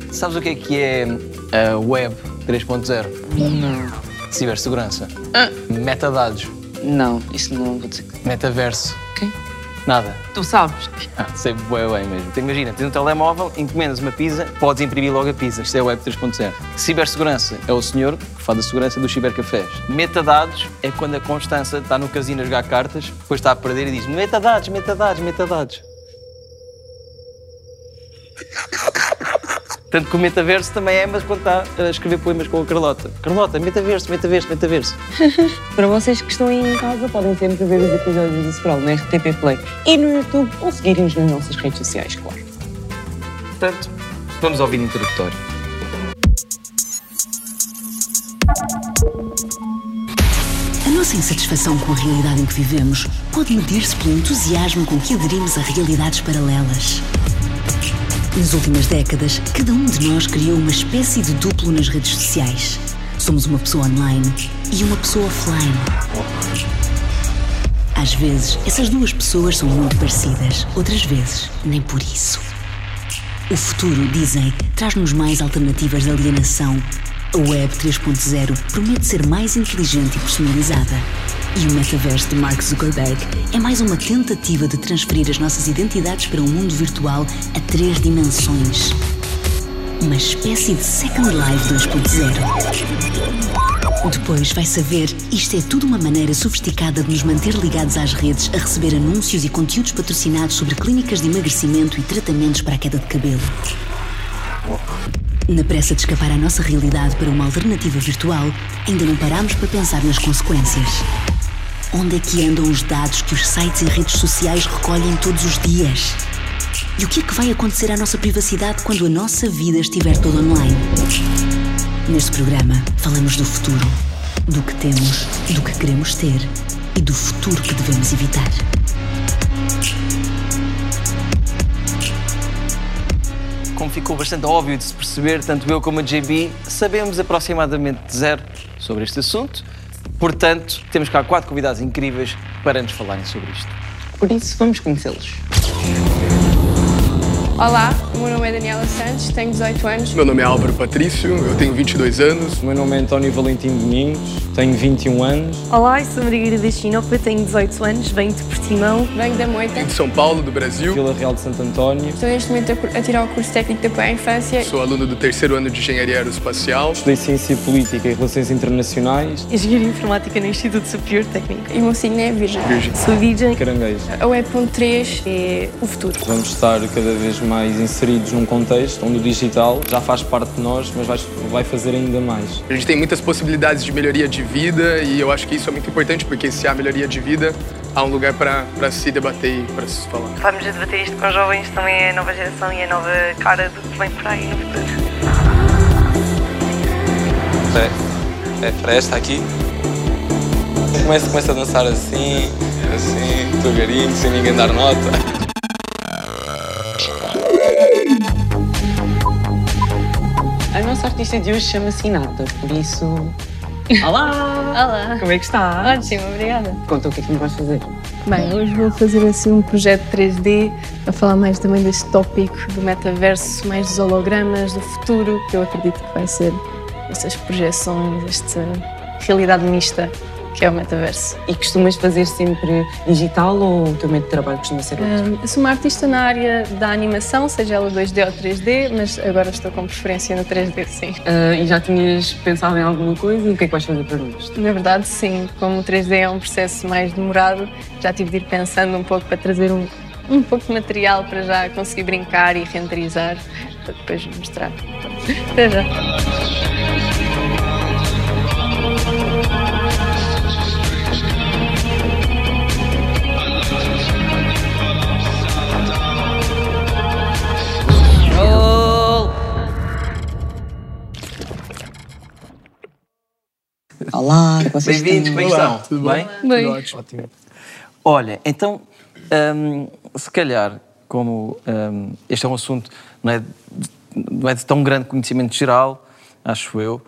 Sabes o que é a Web 3.0? Não. Cibersegurança. Metadados. Não, isso não vou dizer. Metaverso. Quem? Nada. Tu sabes? Sei bem mesmo. Imagina, tens um telemóvel, encomendas uma pizza, podes imprimir logo a pizza. Isto é a Web 3.0. Cibersegurança é o senhor que faz a segurança dos cibercafés. Metadados é quando a Constança está no casino a jogar cartas, depois está a perder e diz metadados, metadados, metadados. Tanto que o metaverso também é, mas quando está a escrever poemas com a Carlota. Carlota, metaverso, metaverso, metaverso. Para vocês que estão aí em casa, podem sempre ver os episódios do Scroll no RTP Play e no YouTube ou seguirem-nos nas nossas redes sociais, claro. Portanto, vamos ao vídeo introdutório. A nossa insatisfação com a realidade em que vivemos pode medir-se pelo entusiasmo com que aderimos a realidades paralelas. Nas últimas décadas, cada um de nós criou uma espécie de duplo nas redes sociais. Somos uma pessoa online e uma pessoa offline. Às vezes, essas duas pessoas são muito parecidas, outras vezes, nem por isso. O futuro, dizem, traz-nos mais alternativas de alienação. A Web 3.0 promete ser mais inteligente e personalizada. E o metaverso de Mark Zuckerberg é mais uma tentativa de transferir as nossas identidades para um mundo virtual a 3 dimensões. Uma espécie de Second Life 2.0. Depois vai saber, isto é tudo uma maneira sofisticada de nos manter ligados às redes, a receber anúncios e conteúdos patrocinados sobre clínicas de emagrecimento e tratamentos para a queda de cabelo. Na pressa de escapar à nossa realidade para uma alternativa virtual, ainda não paramos para pensar nas consequências. Onde é que andam os dados que os sites e redes sociais recolhem todos os dias? E o que é que vai acontecer à nossa privacidade quando a nossa vida estiver toda online? Neste programa, falamos do futuro, do que temos, do que queremos ter e do futuro que devemos evitar. Como ficou bastante óbvio de se perceber, tanto eu como a JB sabemos aproximadamente zero sobre este assunto. Portanto, temos cá 4 convidados incríveis para nos falarem sobre isto. Por isso, vamos conhecê-los. Olá, o meu nome é Daniela Santos, tenho 18 anos. Meu nome é Álvaro Patrício, eu tenho 22 anos. O meu nome é António Valentim Domingos, tenho 21 anos. Olá, eu sou Margarida Chinopa, tenho 18 anos, venho de Portimão. Venho da Moita. De São Paulo, do Brasil. Vila Real de Santo António. Estou neste momento a tirar o curso técnico de apoio à infância. Sou aluno do 3º ano de Engenharia Aeroespacial. Estudei Ciência Política e Relações Internacionais. Engenharia Informática no Instituto Superior Técnico. E o meu signo é Virgem. Sou virgem. Caranguejo. A Web.3 é o futuro. Vamos estar cada vez mais inseridos num contexto onde o digital já faz parte de nós, mas vai fazer ainda mais. A gente tem muitas possibilidades de melhoria de vida e eu acho que isso é muito importante, porque se há melhoria de vida, há um lugar para se debater e para se falar. Vamos debater isto com os jovens, também é a nova geração e a nova cara do que vem por aí no futuro. É festa aqui. Começa a dançar assim, devagarinho, sem ninguém dar nota. A nossa artista de hoje chama-se Inata, por isso... Olá! Olá! Como é que está? Ótimo, obrigada. Conta o que é que nos vais fazer. Bem, hoje vou fazer assim um projeto 3D, a falar mais também deste tópico do metaverso, mais dos hologramas, do futuro, que eu acredito que vai ser estas projeções, esta realidade mista que é o metaverso. E costumas fazer sempre digital ou o teu método de trabalho costuma ser outro? Eu sou uma artista na área da animação, seja ela 2D ou 3D, mas agora estou com preferência no 3D, sim. E já tinhas pensado em alguma coisa? E o que é que vais fazer para nós? Na verdade, sim. Como o 3D é um processo mais demorado, já tive de ir pensando um pouco para trazer um pouco de material para já conseguir brincar e renderizar, para depois mostrar. Até já. Olá, vocês Bem-vindos, como é que estão? Tudo bem? Bem. Ótimo. Olha, então, se calhar, como este é um assunto não é de tão grande conhecimento geral, acho eu,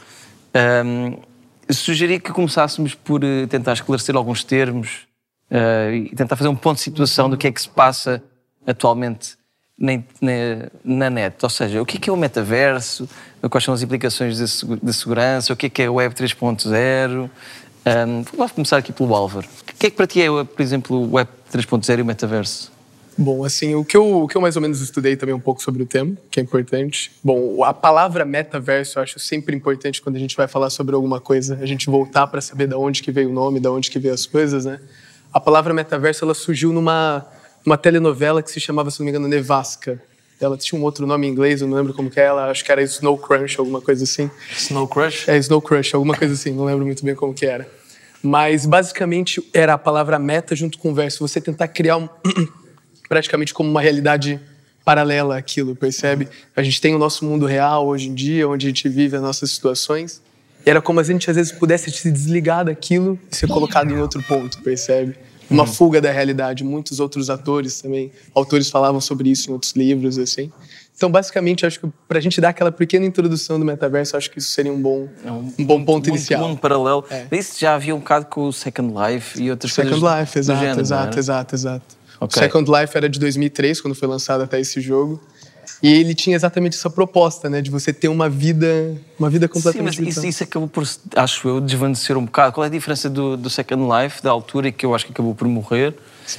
sugeri que começássemos por tentar esclarecer alguns termos e tentar fazer um ponto de situação do que é que se passa atualmente na net. Ou seja, o que é o metaverso? Quais são as implicações de segurança? O que é a Web 3.0? Vamos começar aqui pelo Álvaro. O que é que para ti é, por exemplo, o Web 3.0 e o metaverso? Bom, assim, o que eu mais ou menos estudei também um pouco sobre o tema, que é importante. Bom, a palavra metaverso eu acho sempre importante quando a gente vai falar sobre alguma coisa, a gente voltar para saber de onde que veio o nome, de onde que veio as coisas, né? A palavra metaverso, ela surgiu numa telenovela que se chamava, se não me engano, Nevasca. Ela tinha um outro nome em inglês, eu não lembro como que é ela, acho que era Snow Crunch, alguma coisa assim. Snow Crush? É, Snow Crush, alguma coisa assim, não lembro muito bem como que era. Mas, basicamente, era a palavra meta junto com o verso. Você tentar criar praticamente como uma realidade paralela àquilo, percebe? A gente tem o nosso mundo real hoje em dia, onde a gente vive as nossas situações. E era como se a gente, às vezes, pudesse se desligar daquilo e ser colocado em outro ponto, percebe? Uma fuga da realidade. Muitos outros autores falavam sobre isso em outros livros, assim. Então, basicamente, acho que para a gente dar aquela pequena introdução do metaverso, acho que isso seria um bom ponto inicial. Um mundo paralelo. Isso já havia um bocado com o Second Life e outras coisas Second Life, do género, exato. Okay. O Second Life era de 2003, quando foi lançado até esse jogo. E ele tinha exatamente essa proposta, né? De você ter uma vida completamente diferente. Sim, mas isso acabou por, acho eu, desvanecer um bocado. Qual é a diferença do Second Life, da altura, e que eu acho que acabou por morrer,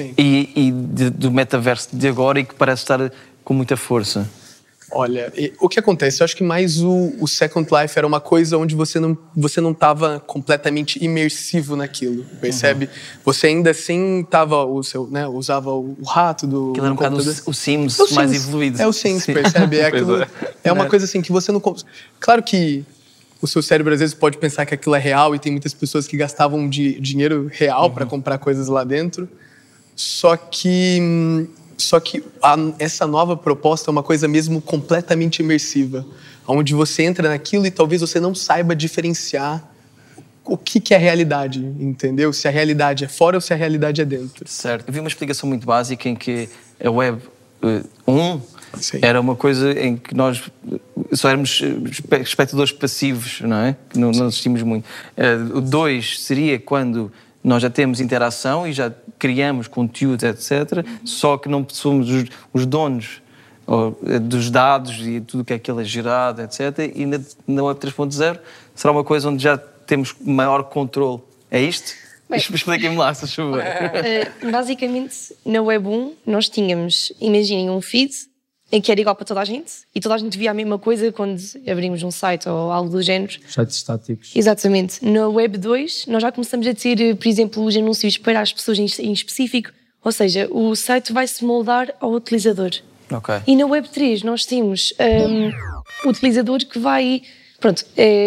e do metaverso de agora, e que parece estar com muita força? Olha, o que acontece? Eu acho que mais o Second Life era uma coisa onde você não estava completamente imersivo naquilo, percebe? Você ainda assim usava o rato do... Aquilo era um bocado o Sims mais evoluído. É o Sims, percebe? É uma coisa assim que você não... Claro que o seu cérebro às vezes pode pensar que aquilo é real e tem muitas pessoas que gastavam dinheiro real para comprar coisas lá dentro, só que essa nova proposta é uma coisa mesmo completamente imersiva, onde você entra naquilo e talvez você não saiba diferenciar o que é a realidade, entendeu? Se a realidade é fora ou se a realidade é dentro. Certo. Eu vi uma explicação muito básica em que a Web 1 era uma coisa em que nós só éramos espectadores passivos, não é? Que não assistimos muito. O 2 seria quando nós já temos interação e já criamos conteúdo, etc. Só que não somos os donos dos dados e tudo o que é aquilo é gerado, etc. E na Web 3.0 será uma coisa onde já temos maior controle. É isto? Expliquem-me lá, se achou bem. Basicamente, na Web 1, nós tínhamos, imaginem, um feed em que era igual para toda a gente e toda a gente via a mesma coisa quando abrimos um site ou algo do género. Sites estáticos. Exatamente. Na Web 2, nós já começamos a ter, por exemplo, os anúncios para as pessoas em específico, ou seja, o site vai se moldar ao utilizador. Okay. E na Web 3 nós temos o utilizador que vai... Pronto,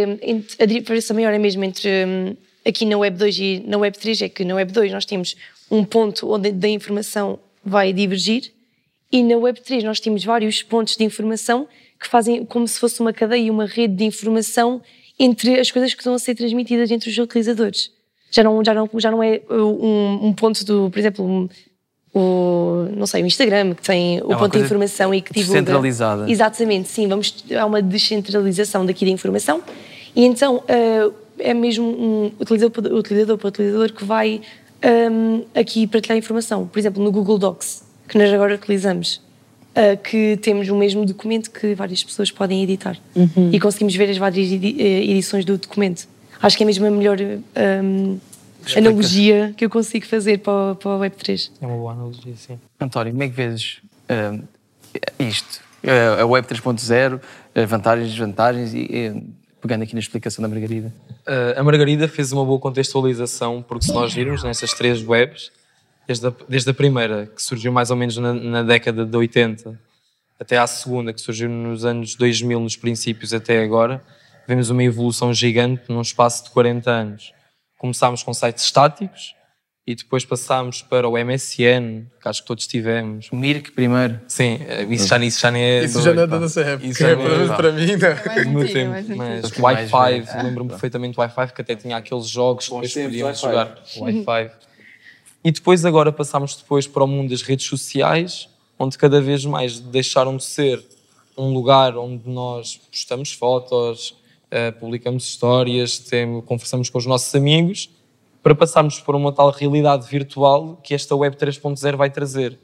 a diferença maior é mesmo entre aqui na Web 2 e na Web 3 é que na Web 2 nós temos um ponto onde a informação vai divergir. E na Web3 nós temos vários pontos de informação que fazem como se fosse uma cadeia e uma rede de informação entre as coisas que estão a ser transmitidas entre os utilizadores. Já não é um ponto do, por exemplo, o Instagram, que tem o ponto de informação e que divulga. Descentralizada. Exatamente, sim. Há uma descentralização daqui da informação. E então é mesmo um utilizador para utilizador que vai aqui partilhar informação. Por exemplo, no Google Docs, que nós agora utilizamos, que temos o mesmo documento que várias pessoas podem editar. E conseguimos ver as várias edições do documento. Acho que é mesmo a melhor analogia que eu consigo fazer para o Web3. É uma boa analogia, sim. António, como é que vês isto? A Web 3.0, vantagens e desvantagens, e pegando aqui na explicação da Margarida. A Margarida fez uma boa contextualização, porque se nós virmos nessas três webs, desde a primeira, que surgiu mais ou menos na década de 80, até à segunda, que surgiu nos anos 2000, nos princípios, até agora, vemos uma evolução gigante num espaço de 40 anos. Começámos com sites estáticos e depois passámos para o MSN, que acho que todos tivemos. O Mirk primeiro. Sim, isso já nem é... Isso já não é da nossa época. Isso já não é para mim, não. Mas o Wi-Fi, lembro-me perfeitamente do Wi-Fi, que até tinha aqueles jogos que depois podíamos jogar. Wi-Fi. E depois agora passámos para o mundo das redes sociais, onde cada vez mais deixaram de ser um lugar onde nós postamos fotos, publicamos histórias, conversamos com os nossos amigos, para passarmos por uma tal realidade virtual que esta Web 3.0 vai trazer,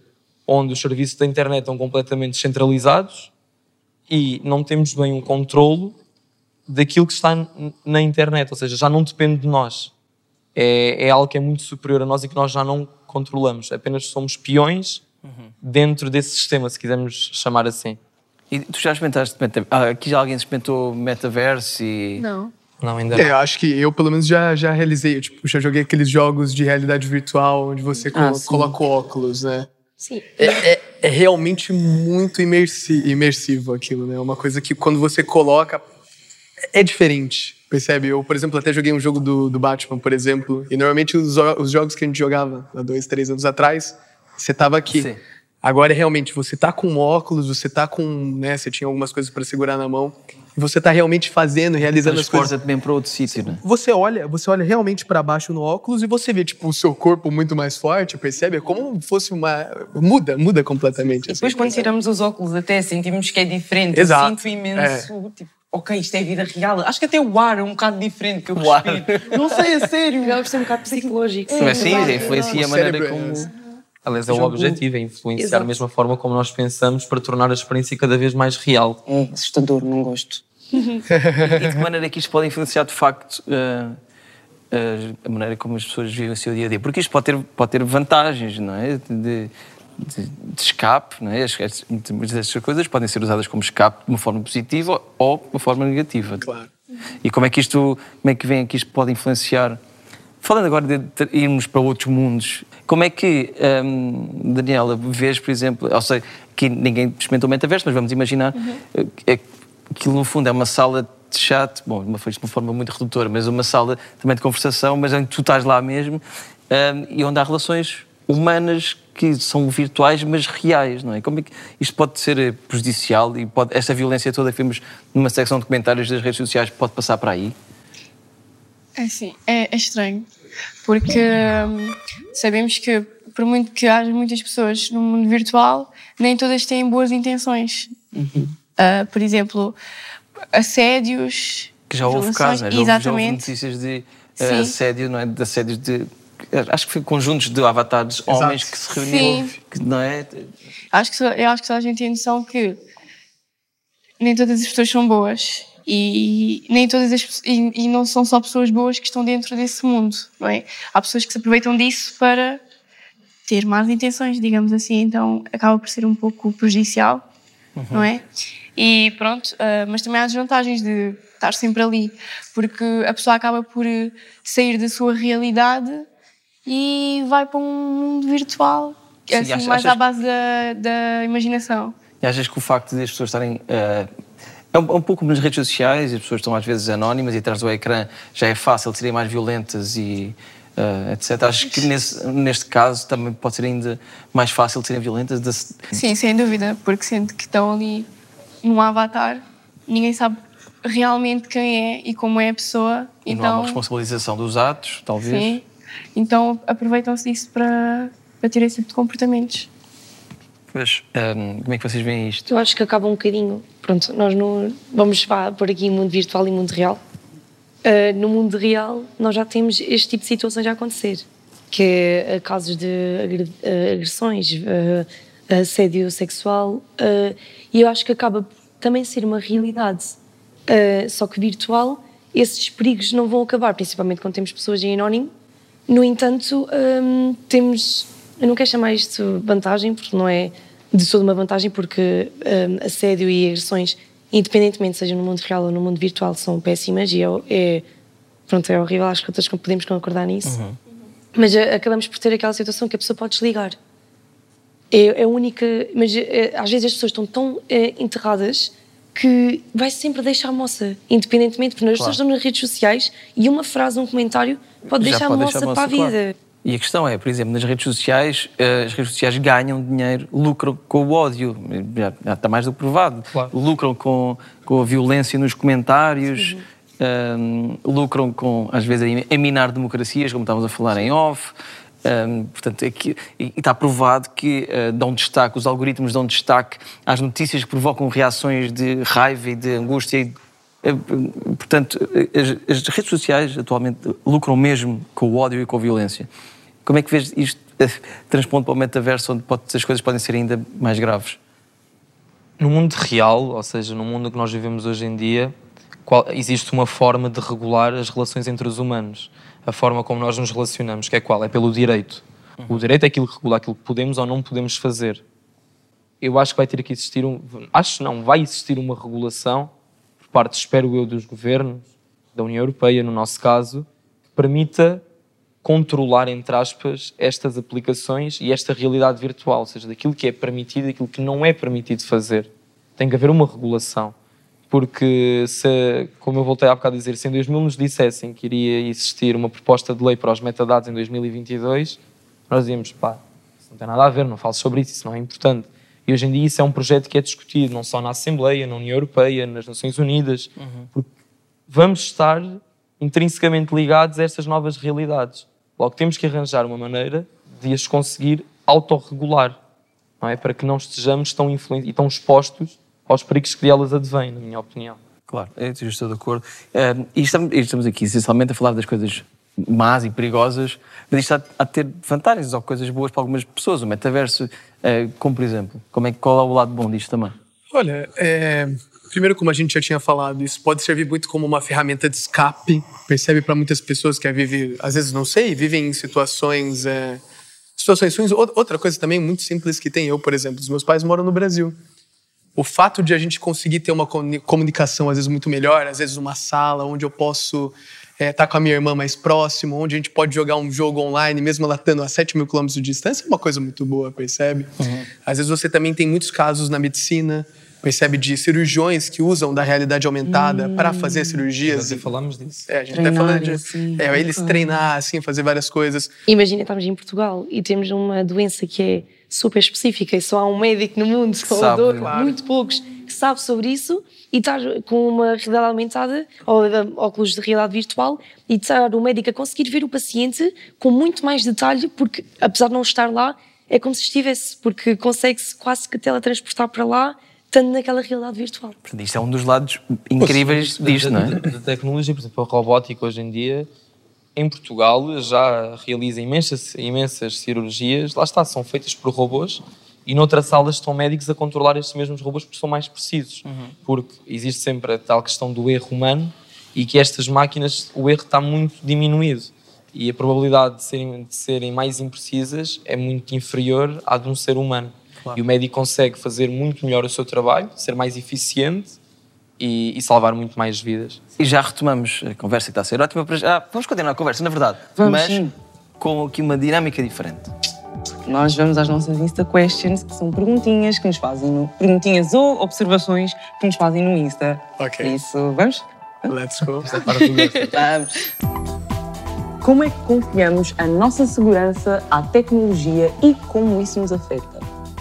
onde os serviços da internet estão completamente descentralizados e não temos bem um controlo daquilo que está na internet, ou seja, já não depende de nós. É algo que é muito superior a nós e que nós já não controlamos. Apenas somos peões dentro desse sistema, se quisermos chamar assim. E tu já experimentaste... aqui já alguém experimentou metaverso e... Não. Não, ainda não. Eu acho que eu, pelo menos, já realizei. Eu, tipo, já joguei aqueles jogos de realidade virtual onde você coloca o óculos, né? Sim. É realmente muito imersivo aquilo, né? Uma coisa que quando você coloca é diferente, percebe? Eu, por exemplo, até joguei um jogo do Batman, por exemplo, e normalmente os jogos que a gente jogava há 2, 3 anos atrás, você tava aqui. Sim. Agora, realmente, você tá com óculos, você tá com, né, você tinha algumas coisas para segurar na mão, e você tá realmente fazendo, realizando as coisas. Transporta também para outro sítio, né? Você olha realmente para baixo no óculos e você vê, tipo, o seu corpo muito mais forte, percebe? É como fosse uma... Muda completamente. E depois, quando tiramos os óculos, até sentimos que é diferente. Exato. Eu sinto imenso, tipo, ok, isto é vida real. Acho que até o ar é um bocado diferente que eu respiro. Não sei, é sério. Acaba por ser um bocado psicológico. Sim, influencia a maneira como... Aliás, é o objetivo, é influenciar a mesma forma como nós pensamos para tornar a experiência cada vez mais real. É assustador, não gosto. E de que maneira é que isto pode influenciar, de facto, a maneira como as pessoas vivem o seu dia-a-dia? Porque isto pode ter vantagens, não é? De escape, não é? Muitas destas coisas podem ser usadas como escape de uma forma positiva ou de uma forma negativa. Claro. E como é que vem que isto pode influenciar? Falando agora de irmos para outros mundos, como é que, Daniela, vês, por exemplo, eu sei que ninguém experimentou o metaverso, mas vamos imaginar aquilo no fundo é uma sala de chat, bom, de uma forma muito redutora, mas uma sala também de conversação, mas onde tu estás lá mesmo, e onde há relações humanas que são virtuais, mas reais, não é? Como é que isto pode ser prejudicial e esta violência toda que vimos numa secção de comentários das redes sociais pode passar para aí? É assim, é estranho, porque sabemos que, por muito que haja muitas pessoas no mundo virtual, nem todas têm boas intenções. Por exemplo, assédios... Que já houve casos, não é? Exatamente. Já houve notícias de assédio, não é? De assédios de... Acho que foi conjuntos de avatares, homens que se reuniam, não é? Eu acho que toda a gente tem noção que nem todas as pessoas são boas. E nem todas e não são só pessoas boas que estão dentro desse mundo, não é? Há pessoas que se aproveitam disso para ter más intenções, digamos assim, então acaba por ser um pouco prejudicial, não é? E pronto, mas também há desvantagens de estar sempre ali, porque a pessoa acaba por sair da sua realidade e vai para um mundo virtual, assim, mais à base da imaginação. E achas que o facto de as pessoas estarem... É um pouco como nas redes sociais, as pessoas estão às vezes anónimas e atrás do ecrã já é fácil de serem mais violentas e etc. Acho que neste caso também pode ser ainda mais fácil de serem violentas? Sim, sem dúvida, porque sendo que estão ali num avatar, ninguém sabe realmente quem é e como é a pessoa. Então, não há uma responsabilização dos atos, talvez? Sim, então aproveitam-se disso para ter esse tipo de comportamentos. Mas como é que vocês veem isto? Eu acho que acaba um bocadinho. Pronto, nós vamos pôr aqui mundo virtual e mundo real. No mundo real, nós já temos este tipo de situações a acontecer, que é casos de agressões, assédio sexual, e eu acho que acaba também ser uma realidade. Só que virtual, esses perigos não vão acabar, principalmente quando temos pessoas em anónimo. No entanto, temos... Eu não quero chamar isto vantagem, porque não é de toda uma vantagem, porque assédio e agressões, independentemente seja no mundo real ou no mundo virtual, são péssimas e é horrível, acho que todos podemos concordar nisso. Mas acabamos por ter aquela situação que a pessoa pode desligar. É a única... Mas às vezes as pessoas estão tão enterradas que vai sempre deixar a moça, independentemente, porque as pessoas estão nas redes sociais e uma frase, um comentário pode deixar a moça para a vida. E a questão é, por exemplo, nas redes sociais, as redes sociais ganham dinheiro, lucram com o ódio, já está mais do que provado. Lucram com a violência nos comentários, lucram com, às vezes, a minar democracias, como estávamos a falar em off. Portanto, e está provado que dão destaque, os algoritmos dão destaque às notícias que provocam reações de raiva e de angústia. Portanto, as redes sociais atualmente lucram mesmo com o ódio e com a violência. Como é que vês isto transpondo para o metaverso, onde as coisas podem ser ainda mais graves? No mundo real, ou seja, no mundo que nós vivemos hoje em dia, existe uma forma de regular as relações entre os humanos. A forma como nós nos relacionamos, que é qual? É pelo direito. O direito é aquilo que regula aquilo que podemos ou não podemos fazer. Eu acho que vai ter que existir vai existir uma regulação por parte, espero eu, dos governos, da União Europeia, no nosso caso, que permita controlar, entre aspas, estas aplicações e esta realidade virtual, ou seja, daquilo que é permitido e aquilo que não é permitido fazer. Tem que haver uma regulação. Porque, como eu voltei há bocado a dizer, se em 2000 nos dissessem que iria existir uma proposta de lei para os metadados em 2022, nós dizíamos, isso não tem nada a ver, não falo sobre isso não é importante. E hoje em dia isso é um projeto que é discutido, não só na Assembleia, na União Europeia, nas Nações Unidas, porque vamos estar intrinsecamente ligados a estas novas realidades. Logo, temos que arranjar uma maneira de as conseguir autorregular, não é? Para que não estejamos tão influentes e tão expostos aos perigos que delas advêm, na minha opinião. Claro, eu estou de acordo. E estamos aqui essencialmente a falar das coisas más e perigosas, mas isto há de ter vantagens ou coisas boas para algumas pessoas. O metaverso, como por exemplo, qual é o lado bom disto também? Olha, primeiro, como a gente já tinha falado, isso pode servir muito como uma ferramenta de escape, percebe, para muitas pessoas que vivem, às vezes, não sei, vivem em situações ruins. Outra coisa também muito simples que tem, eu, por exemplo, os meus pais moram no Brasil. O fato de a gente conseguir ter uma comunicação, às vezes, muito melhor, às vezes uma sala onde eu posso estar com a minha irmã mais próximo, onde a gente pode jogar um jogo online, mesmo ela estando a 7.000 quilômetros de distância, é uma coisa muito boa, percebe? Às vezes você também tem muitos casos na medicina, percebe, de cirurgiões que usam da realidade aumentada para fazer cirurgias. Já falamos disso. A gente até falando eles treinar, assim, fazer várias coisas. Imagina, estamos em Portugal e temos uma doença que é super específica e só há um médico no mundo, muito poucos, que sabe sobre isso, e estar com uma realidade aumentada, ou óculos de realidade virtual, e estar o médico a conseguir ver o paciente com muito mais detalhe, porque apesar de não estar lá, é como se estivesse, porque consegue-se quase que teletransportar para lá, estando naquela realidade virtual. Portanto, isto é um dos lados incríveis disto, não é? Da tecnologia, por exemplo, a robótica hoje em dia, em Portugal, já realiza imensas cirurgias, lá está, são feitas por robôs, e noutras salas estão médicos a controlar estes mesmos robôs porque são mais precisos. Porque existe sempre a tal questão do erro humano, e que estas máquinas, o erro está muito diminuído. E a probabilidade de serem mais imprecisas é muito inferior à de um ser humano. Claro. E o médico consegue fazer muito melhor o seu trabalho, ser mais eficiente e salvar muito mais vidas. E já retomamos a conversa que está a ser ótima. Vamos continuar a conversa, na verdade. Vamos, mas sim. Com aqui uma dinâmica diferente. Nós vamos às nossas Insta Questions, que são perguntinhas que nos fazem perguntinhas ou observações que nos fazem no Insta. Ok. Isso, vamos? Let's go. Vamos. Como é que confiamos a nossa segurança à tecnologia e como isso nos afeta?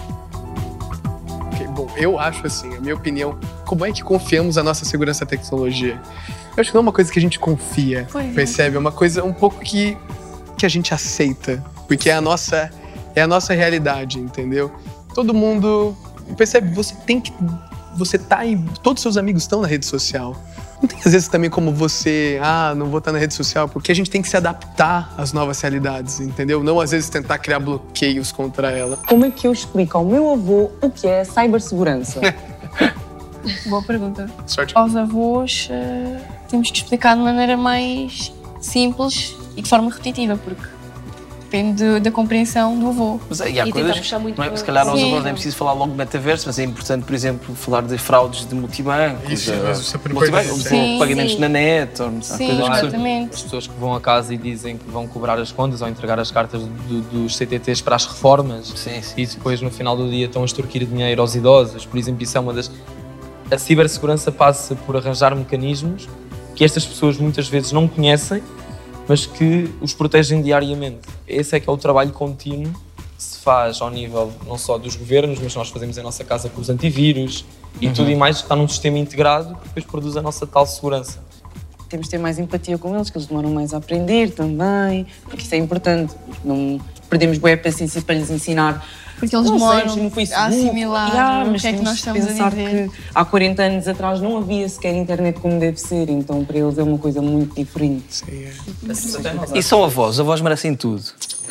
Bom, eu acho assim, a minha opinião, como é que confiamos a nossa segurança à tecnologia? Eu acho que não é uma coisa que a gente confia, percebe? É uma coisa um pouco que a gente aceita, porque é a nossa realidade, entendeu? Todo mundo, percebe? Você tá aí, todos os seus amigos estão na rede social. Não tem às vezes também como você, não vou estar na rede social, porque a gente tem que se adaptar às novas realidades, entendeu? Não às vezes tentar criar bloqueios contra ela. Como é que eu explico ao meu avô o que é cibersegurança? Boa pergunta. Sorte. Aos avós temos que explicar de maneira mais simples e de forma repetitiva, porque depende da compreensão do avô. Mas há coisas, não é? Se calhar aos avós nem é preciso falar logo de metaverso, mas é importante, por exemplo, falar de fraudes de multibanco, pagamentos na net, ou sim, coisas exatamente. As pessoas que vão a casa e dizem que vão cobrar as contas ou entregar as cartas dos CTTs para as reformas, e depois no final do dia estão a extorquir dinheiro aos idosos, por exemplo, isso é uma das... A cibersegurança passa por arranjar mecanismos que estas pessoas muitas vezes não conhecem, mas que os protegem diariamente. Esse é que é o trabalho contínuo que se faz ao nível não só dos governos, mas nós fazemos em nossa casa com os antivírus e tudo e mais, que está num sistema integrado que depois produz a nossa tal segurança. Temos de ter mais empatia com eles, que eles demoram mais a aprender também, porque isso é importante. Não perdemos boa paciência para lhes ensinar. Porque eles demoram a assimilar o que é que nós estamos a dizer. Que há 40 anos atrás não havia sequer internet como deve ser, então para eles é uma coisa muito diferente. Sim, E são avós merecem tudo.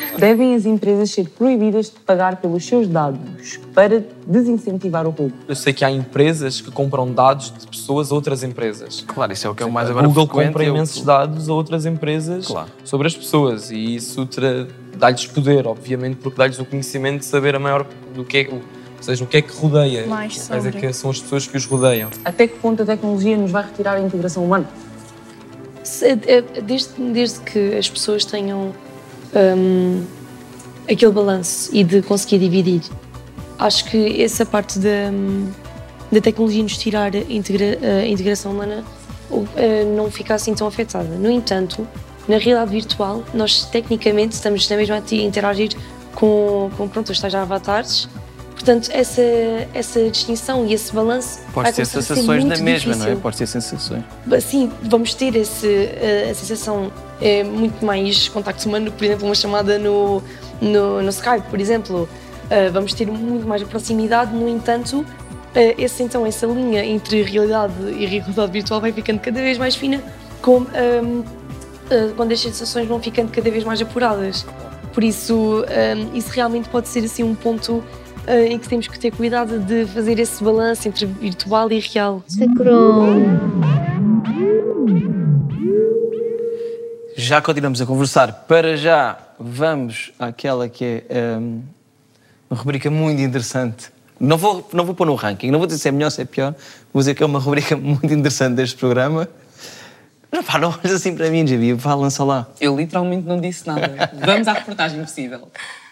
Devem as empresas ser proibidas de pagar pelos seus dados para desincentivar o roubo? Eu sei que há empresas que compram dados de pessoas a outras empresas. Claro, isso é o que é o A mais agora Google frequente. compra imensos dados a outras empresas sobre as pessoas e isso dá-lhes poder, obviamente, porque dá-lhes o conhecimento de saber a maior do que é, ou seja, o que é que rodeia, quais é que são as pessoas que os rodeiam. Até que ponto a tecnologia nos vai retirar a integração humana? Desde que as pessoas tenham aquele balanço e de conseguir dividir, acho que essa parte da tecnologia nos tirar a integração humana não fica assim tão afetada. No entanto, na realidade virtual, nós tecnicamente estamos na mesma a interagir com os tais avatares. Portanto, essa distinção e esse balanço pode ter sensações na mesma, não é? Pode ter sensações. Sim, vamos ter a sensação muito mais contacto humano, por exemplo, uma chamada no Skype, por exemplo. Vamos ter muito mais proximidade, no entanto, essa linha entre realidade e realidade virtual vai ficando cada vez mais fina, quando as sensações vão ficando cada vez mais apuradas. Por isso, isso realmente pode ser assim um ponto em que temos que ter cuidado de fazer esse balanço entre virtual e real. Já continuamos a conversar. Para já, vamos àquela que é uma rubrica muito interessante. Não vou pôr no ranking, não vou dizer se é melhor ou se é pior, vou dizer que é uma rubrica muito interessante deste programa. Não olhes assim para mim, Javi, vá, lança lá. Eu literalmente não disse nada. Vamos à reportagem possível.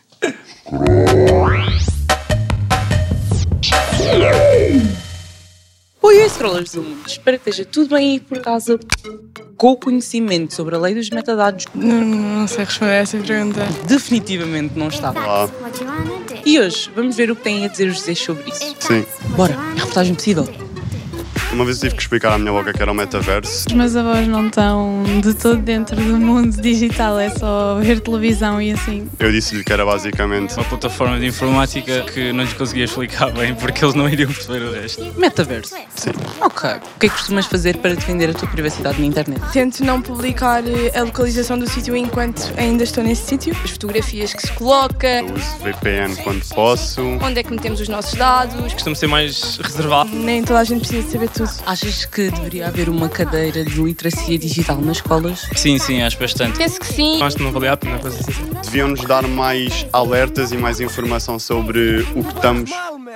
Oi, scrollers do mundo. Espero que esteja tudo bem aí por casa com o conhecimento sobre a lei dos metadados. Não sei responder a essa pergunta. Definitivamente não está. Olá. E hoje vamos ver o que têm a dizer os Zés sobre isso. Sim. Bora, é a reportagem possível. Uma vez tive que explicar à minha boca que era o metaverso. Os meus avós não estão de todo dentro do mundo digital, é só ver televisão e assim. Eu disse-lhe que era basicamente uma plataforma de informática que não lhes conseguia explicar bem porque eles não iriam perceber o resto. Metaverso? Sim. Ok. O que é que costumas fazer para defender a tua privacidade na internet? Tento não publicar a localização do sítio enquanto ainda estou nesse sítio. As fotografias que se coloca. Eu uso VPN quando posso. Onde é que metemos os nossos dados. Costumo ser mais reservado. Nem toda a gente precisa saber tudo. Achas que deveria haver uma cadeira de literacia digital nas escolas? Sim, acho bastante. Penso que sim. Acho que não valia a pena fazer isso. Deviam-nos dar mais alertas e mais informação sobre o que estamos...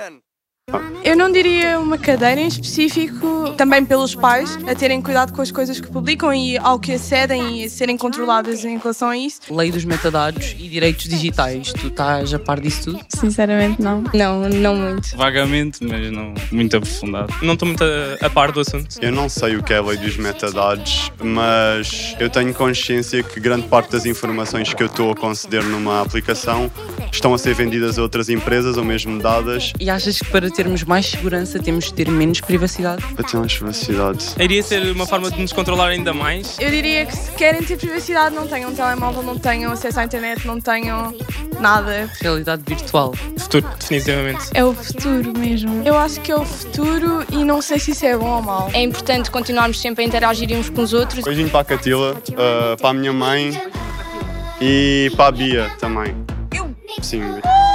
Eu não diria uma cadeira em específico, também pelos pais, a terem cuidado com as coisas que publicam e ao que acedem e a serem controladas em relação a isso. Lei dos metadados e direitos digitais, tu estás a par disso tudo? Sinceramente não. Não muito. Vagamente, mas não muito aprofundado. Não estou muito a par do assunto. Eu não sei o que é a lei dos metadados, mas eu tenho consciência que grande parte das informações que eu estou a conceder numa aplicação estão a ser vendidas a outras empresas ou mesmo dadas. E achas que para termos mais segurança temos de ter menos privacidade? Para ter mais privacidade. Iria ser uma forma de nos controlar ainda mais? Eu diria que se querem ter privacidade não tenham um telemóvel, não tenham acesso à internet, não tenham nada. Realidade virtual. Futuro, definitivamente. É o futuro mesmo. Eu acho que é o futuro e não sei se isso é bom ou mau. É importante continuarmos sempre a interagir uns com os outros. Beijinho para a Catila, para a minha mãe e para a Bia também. Sim.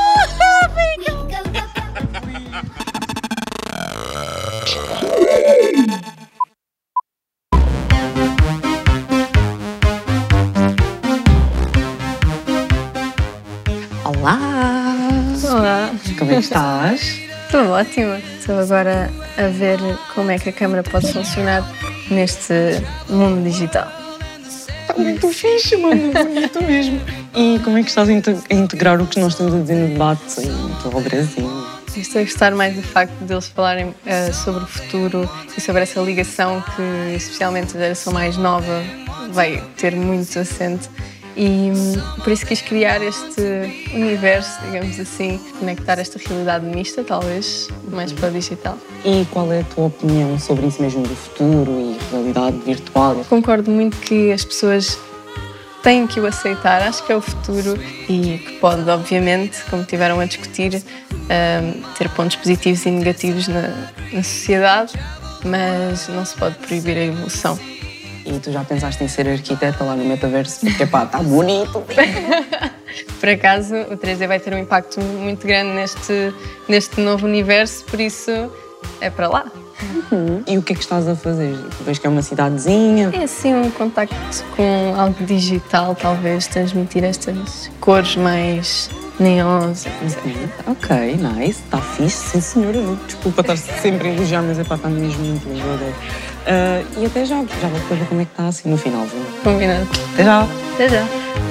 Olá! Como é que estás? Estou ótima. Estou agora a ver como é que a câmara pode funcionar neste mundo digital. Está muito fixe, mano. Muito mesmo. E como é que estás a integrar o que nós estamos a dizer no debate sobre o Brasil? Estou a gostar mais do facto deles falarem sobre o futuro e sobre essa ligação que, especialmente a geração mais nova, vai ter muito assente. E por isso quis criar este universo, digamos assim, conectar esta realidade mista, talvez, mais para o digital. E qual é a tua opinião sobre isso mesmo do futuro e realidade virtual? Concordo muito que as pessoas têm que o aceitar, acho que é o futuro e que pode, obviamente, como tiveram a discutir, ter pontos positivos e negativos na sociedade, mas não se pode proibir a evolução. E tu já pensaste em ser arquiteta lá no metaverso? Porque pá, está bonito! Por acaso, o 3D vai ter um impacto muito grande neste novo universo, por isso é para lá. E o que é que estás a fazer? Vês que é uma cidadezinha? É assim um contacto com algo digital, talvez, transmitir estas cores mais neons. Ok, nice, está fixe, sim senhora. Desculpa estar sempre a elogiar, mas está mesmo muito lindo, eu adoro. E até já vou depois ver como é que está assim no finalzinho. Combinado. Até já. Até já.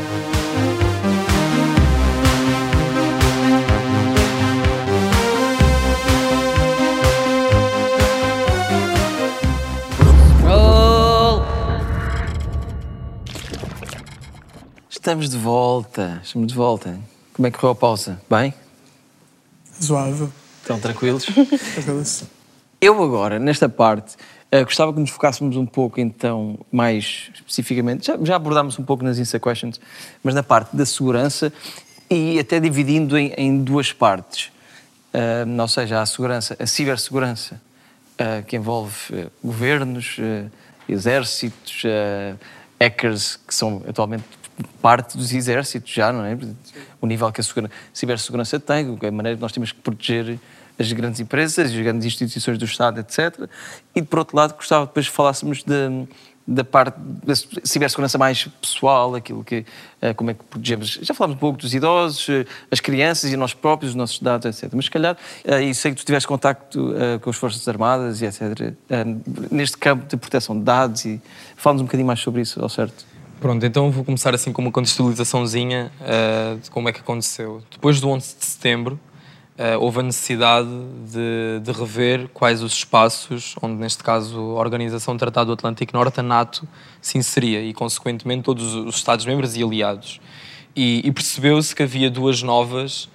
Estamos de volta. Como é que correu a pausa? Bem? Suave. Estão tranquilos? Eu agora, nesta parte, gostava que nos focássemos um pouco, então, mais especificamente, já abordámos um pouco nas Insta Questions, mas na parte da segurança e até dividindo em duas partes. Ou seja, a cibersegurança, que envolve governos, exércitos, hackers, que são atualmente parte dos exércitos já, não é? O nível que a cibersegurança tem, a maneira que nós temos que proteger as grandes empresas, as grandes instituições do Estado, etc. E, por outro lado, gostava depois que falássemos da parte da cibersegurança mais pessoal, aquilo que, como é que protegemos. Já falámos um pouco dos idosos, as crianças e nós próprios, os nossos dados, etc. Mas, se calhar, e sei que tu tiveste contacto com as Forças Armadas e etc. Neste campo de proteção de dados, e fala-nos um bocadinho mais sobre isso, ao certo? Pronto, então vou começar assim com uma contextualizaçãozinha de como é que aconteceu. Depois do 11 de setembro, houve a necessidade de rever quais os espaços onde, neste caso, a Organização do Tratado do Atlântico Norte, a NATO, se inseria e, consequentemente, todos os Estados-membros e aliados. E percebeu-se que havia dois novos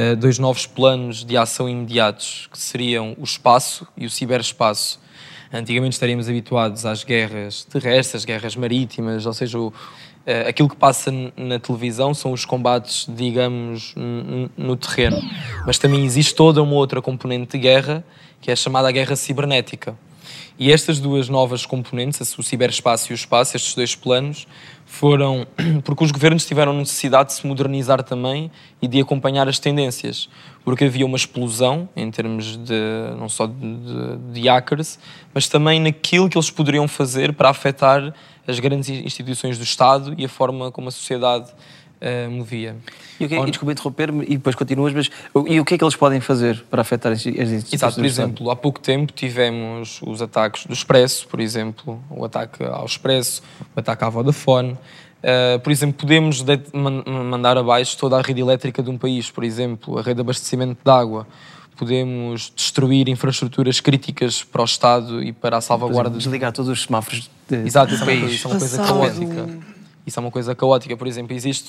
planos de ação imediatos, que seriam o espaço e o ciberespaço. Antigamente estaríamos habituados às guerras terrestres, às guerras marítimas, ou seja, aquilo que passa na televisão são os combates, digamos, no terreno. Mas também existe toda uma outra componente de guerra, que é a chamada guerra cibernética. E estas duas novas componentes, o ciberespaço e o espaço, estes dois planos, foram porque os governos tiveram necessidade de se modernizar também e de acompanhar as tendências, porque havia uma explosão em termos não só de hackers, mas também naquilo que eles poderiam fazer para afetar as grandes instituições do Estado e a forma como a sociedade movia. E desculpa interromper-me e depois continuas, mas e o que é que eles podem fazer para afetar as instituições? Exato, por exemplo, há pouco tempo tivemos os ataques do Expresso, por exemplo, o ataque ao Expresso, o ataque à Vodafone. Por exemplo, podemos mandar abaixo toda a rede elétrica de um país, por exemplo, a rede de abastecimento de água. Podemos destruir infraestruturas críticas para o Estado e para a salvaguarda... Por exemplo, desligar todos os semáforos Exato, do país. Isso é uma coisa caótica. Isso é uma coisa caótica. Por exemplo, existe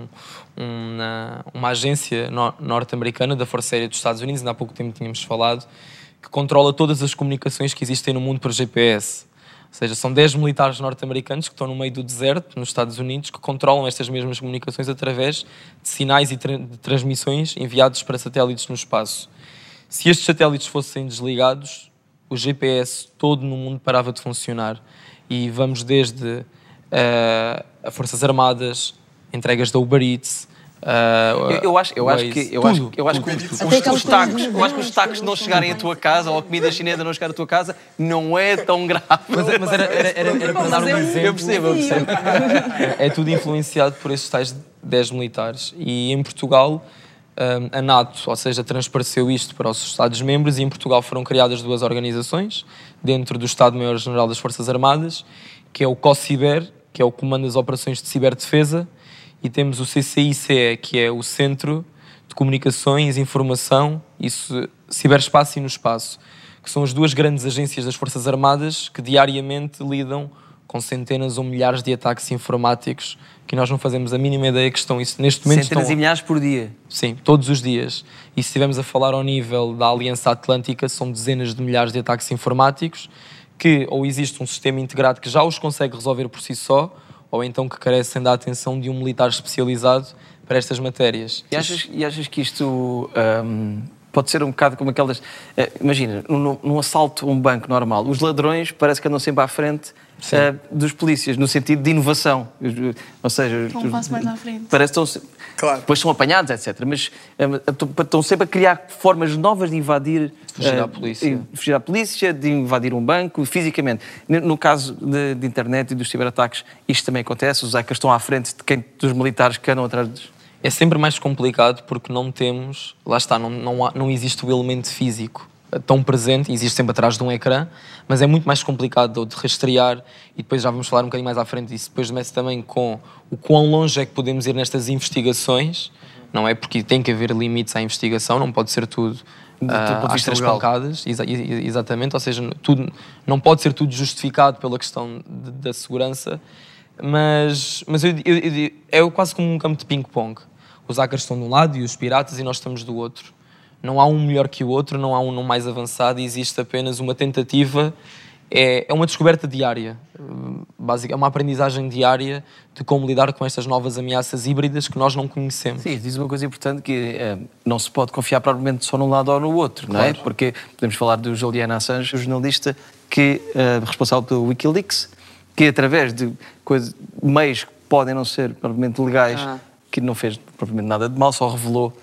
uma agência norte-americana da Força Aérea dos Estados Unidos, ainda há pouco tempo tínhamos falado, que controla todas as comunicações que existem no mundo por GPS. Ou seja, são 10 militares norte-americanos que estão no meio do deserto, nos Estados Unidos, que controlam estas mesmas comunicações através de sinais e de transmissões enviados para satélites no espaço. Se estes satélites fossem desligados, o GPS todo no mundo parava de funcionar. E vamos desde a Forças Armadas, entregas da Uber Eats. Eu acho que os taques não chegarem à tua casa ou a comida chinesa não chegar à tua casa não é tão grave. Mas era para dar um exemplo. Eu percebo. É tudo influenciado por esses tais 10 militares. E em Portugal, a NATO, ou seja, transpareceu isto para os Estados-membros, e em Portugal foram criadas duas organizações dentro do Estado-Maior-General das Forças Armadas, que é o COCIBER, que é o Comando das Operações de Ciberdefesa, e temos o CCICE, que é o Centro de Comunicações, Informação e Ciberespaço e no Espaço, que são as duas grandes agências das Forças Armadas que diariamente lidam com centenas ou milhares de ataques informáticos que nós não fazemos a mínima ideia que estão isso neste momento. Centenas e milhares por dia? Sim, todos os dias. E se estivermos a falar ao nível da Aliança Atlântica, são dezenas de milhares de ataques informáticos que ou existe um sistema integrado que já os consegue resolver por si só, ou então que carecem da atenção de um militar especializado para estas matérias. E achas que isto pode ser um bocado como aquelas... imagina, num assalto a um banco normal, os ladrões parece que andam sempre à frente dos polícias, no sentido de inovação. Ou seja... Um passo mais à frente. Parece que estão... Claro. Depois são apanhados, etc. Mas estão sempre a criar formas novas de invadir... Fugir à polícia. Fugir à polícia, de invadir um banco, fisicamente. No caso de internet e dos ciberataques, isto também acontece? Os hackers estão à frente dos militares que andam atrás dos... É sempre mais complicado porque não temos... Lá está, não existe o elemento físico tão presente, existe sempre atrás de um ecrã, mas é muito mais complicado de rastrear, e depois já vamos falar um bocadinho mais à frente, isso depois mete também com o quão longe é que podemos ir nestas investigações, não é? Porque tem que haver limites à investigação, não pode ser tudo às três pancadas, exatamente, ou seja, tudo, não pode ser tudo justificado pela questão da segurança, mas é quase como um campo de ping-pong. Os hackers estão de um lado e os piratas e nós estamos do outro. Não há um melhor que o outro, não há um mais avançado, existe apenas uma tentativa, é uma descoberta diária, é uma aprendizagem diária de como lidar com estas novas ameaças híbridas que nós não conhecemos. Sim, diz uma coisa importante que não se pode confiar provavelmente só num lado ou no outro, claro. Não é? Porque podemos falar do Julian Assange, o jornalista responsável pelo Wikileaks, que através de meios que podem não ser provavelmente legais, que não fez provavelmente nada de mal, só revelou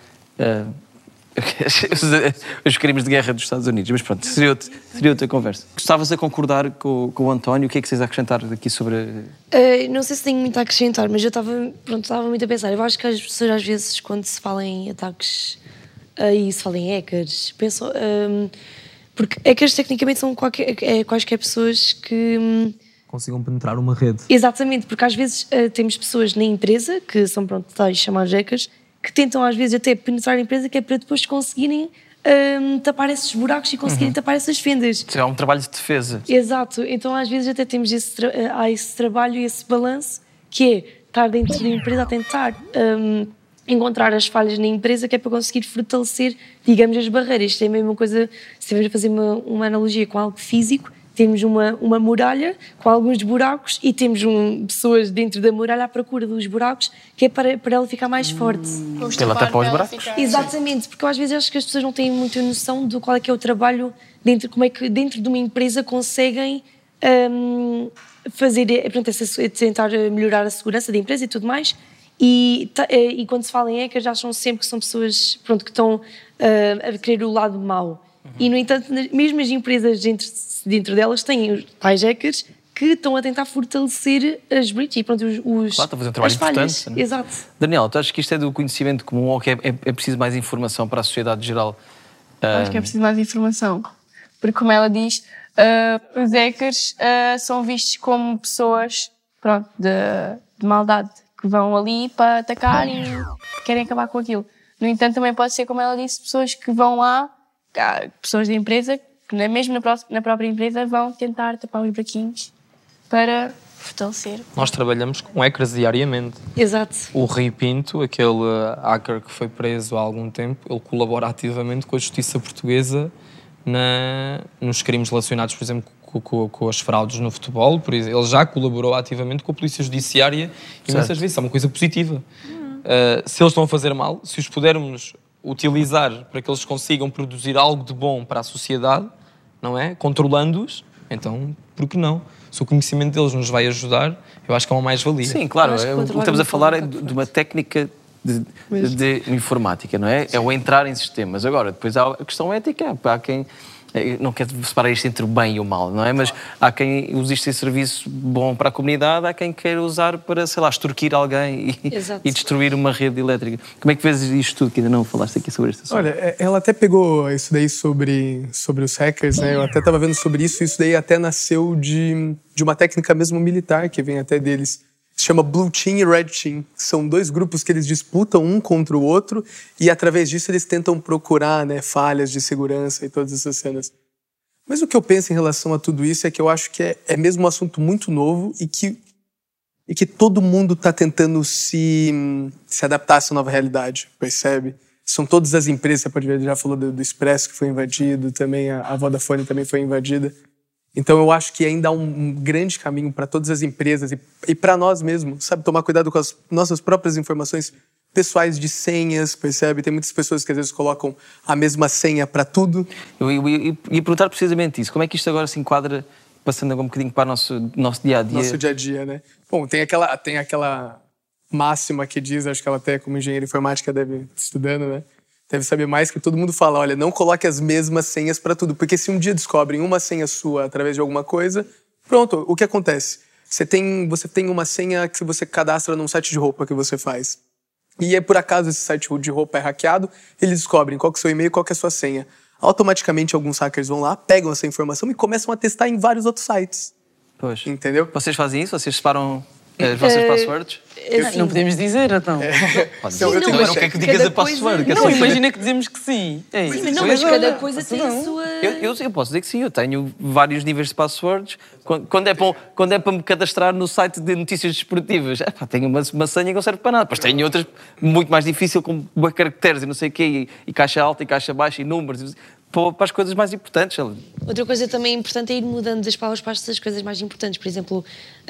os crimes de guerra dos Estados Unidos. Mas pronto, seria outra conversa. Estavas a concordar com o António? O que é que vocês acrescentaram aqui sobre... não sei se tenho muito a acrescentar, mas eu estava muito a pensar. Eu acho que as pessoas às vezes, quando se fala em ataques e se fala em hackers, pensam... porque hackers tecnicamente são quaisquer pessoas que... consigam penetrar uma rede. Exatamente, porque às vezes temos pessoas na empresa, que são tais chamados hackers, que tentam às vezes até penetrar a empresa, que é para depois conseguirem tapar esses buracos e conseguirem tapar essas fendas. É um trabalho de defesa. Exato, então às vezes até temos esse trabalho e esse balanço, que é estar dentro da empresa a tentar encontrar as falhas na empresa, que é para conseguir fortalecer, digamos, as barreiras. Isto é a mesma coisa, se estivermos a fazer uma analogia com algo físico, temos uma muralha com alguns buracos e temos pessoas dentro da muralha à procura dos buracos, que é para ela ficar mais forte. Ela tapa os buracos. Exatamente, porque eu às vezes acho que as pessoas não têm muita noção de qual é que é o trabalho, como é que dentro de uma empresa conseguem tentar melhorar a segurança da empresa e tudo mais. E quando se fala em hackers, acham sempre que são pessoas que estão a querer o lado mau. E, no entanto, mesmo as empresas dentro delas têm os tais hackers que estão a tentar fortalecer as breaches e claro, estão a fazer um trabalho importante. Né? Exato. Daniela, tu achas que isto é do conhecimento comum ou que é preciso mais informação para a sociedade geral? Acho que é preciso mais informação. Porque, como ela diz, os hackers são vistos como pessoas de maldade, que vão ali para atacar e querem acabar com aquilo. No entanto, também pode ser, como ela disse, pessoas que vão lá, pessoas da empresa, que mesmo na própria empresa vão tentar tapar os buraquinhos para fortalecer. Nós trabalhamos com hackers diariamente. Exato. O Rui Pinto, aquele hacker que foi preso há algum tempo, ele colabora ativamente com a justiça portuguesa nos crimes relacionados, por exemplo, com as fraudes no futebol. Por exemplo, ele já colaborou ativamente com a polícia judiciária imensas vezes. É uma coisa positiva. Se eles estão a fazer mal, se os pudermos utilizar para que eles consigam produzir algo de bom para a sociedade, não é? Controlando-os, então, por que não? Se o conhecimento deles nos vai ajudar, eu acho que é uma mais-valia. Sim, claro. O que estamos a falar é de uma técnica de informática, não é? É o entrar em sistemas. Agora, depois há a questão ética. Há quem... Não quero separar isto entre o bem e o mal, não é? Mas há quem use isto em serviço bom para a comunidade, há quem queira usar para, sei lá, extorquir alguém e destruir uma rede elétrica. Como é que vês isto tudo, que ainda não falaste aqui sobre isto? Olha, ela até pegou isso daí sobre os hackers, né? Eu até estava vendo sobre isso, e isso daí até nasceu de uma técnica mesmo militar, que vem até deles. Se chama Blue Team e Red Team. São dois grupos que eles disputam um contra o outro e, através disso, eles tentam procurar, né, falhas de segurança e todas essas cenas. Mas o que eu penso em relação a tudo isso é que eu acho que é mesmo um assunto muito novo e que todo mundo está tentando se adaptar a essa nova realidade, percebe? São todas as empresas, você pode ver, já falou do Expresso que foi invadido, também a Vodafone também foi invadida. Então eu acho que ainda há um grande caminho para todas as empresas e para nós mesmos, sabe? Tomar cuidado com as nossas próprias informações, pessoais de senhas, percebe? Tem muitas pessoas que às vezes colocam a mesma senha para tudo. Eu ia perguntar precisamente isso. Como é que isto agora se enquadra, passando agora um bocadinho para o nosso dia-a-dia? Nosso dia-a-dia, né? Bom, tem aquela máxima que diz, acho que ela até como engenheiro de informática deve estar estudando, né? Deve saber mais, que todo mundo fala, olha, não coloque as mesmas senhas para tudo, porque se um dia descobrem uma senha sua através de alguma coisa, pronto, o que acontece? Você tem uma senha que você cadastra num site de roupa que você faz. E por acaso esse site de roupa é hackeado, eles descobrem qual que é o seu e-mail, qual que é a sua senha. Automaticamente alguns hackers vão lá, pegam essa informação e começam a testar em vários outros sites. Pois. Entendeu? Vocês fazem isso? Vocês separam as vossas passwords? Não podemos dizer, então. Não quero que digas a password. Não, imagina que dizemos que sim. Mas cada coisa tem a sua... Eu posso dizer que sim, eu tenho vários níveis de passwords. Quando é para me cadastrar no site de notícias desportivas, tenho uma senha que não serve para nada. Depois tenho outras muito mais difíceis, como caracteres e não sei o quê, e caixa alta e caixa baixa e números, para as coisas mais importantes. Outra coisa também importante é ir mudando das palavras para as coisas mais importantes. Por exemplo,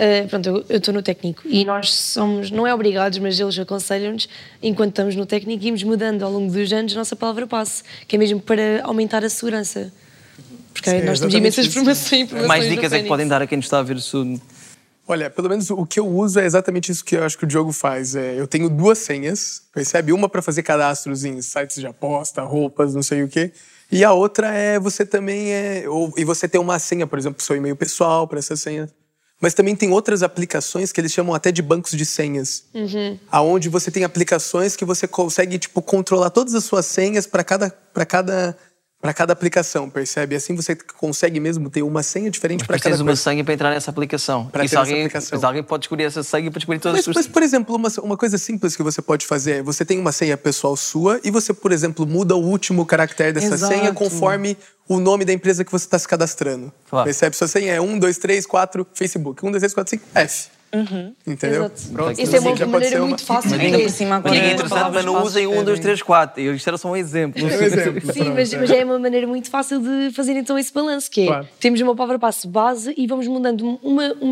eu estou no técnico e nós somos, não é obrigados, mas eles aconselham-nos, enquanto estamos no técnico, irmos mudando ao longo dos anos a nossa palavra-passe, que é mesmo para aumentar a segurança. Porque sim, nós temos imensas informações. Mais dicas é que podem dar a quem nos está a ver isso? Olha, pelo menos o que eu uso é exatamente isso que eu acho que o Diogo faz. Eu tenho 2 senhas, percebe? Uma para fazer cadastros em sites de aposta, roupas, não sei o quê. E a outra é você também e você tem uma senha, por exemplo, seu e-mail pessoal para essa senha. Mas também tem outras aplicações que eles chamam até de bancos de senhas. Aonde você tem aplicações que você consegue controlar todas as suas senhas para cada aplicação, percebe? Assim você consegue mesmo ter uma senha diferente para cada coisa. Mas tens uma senha para entrar nessa aplicação. Alguém pode escolher essa senha para descobrir todas as suas... Mas, por exemplo, uma coisa simples que você pode fazer é, você tem uma senha pessoal sua e você, por exemplo, muda o último caractere dessa senha conforme o nome da empresa que você está se cadastrando. Claro. Percebe? Sua senha é 1, 2, 3, 4, Facebook. 1, 2, 3, 4, 5, F. Entendeu? Pronto, isso é uma maneira muito fácil. Ninguém é interessante, mas não usem 1, 2, 3, 4. Isto era só um exemplo. Sim, mas é uma maneira muito fácil de fazer então esse balanço, que é, temos uma palavra-passe base e vamos mudando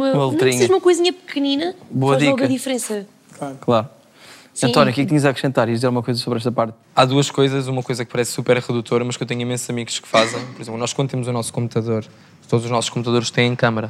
uma coisinha pequenina, faz logo a diferença. Claro. António, o que é que tinhas a acrescentar? Ias dizer alguma coisa sobre esta parte? Há 2 coisas, uma coisa que parece super redutora, mas que eu tenho imensos amigos que fazem. Por exemplo, nós quando temos o nosso computador, todos os nossos computadores têm câmara.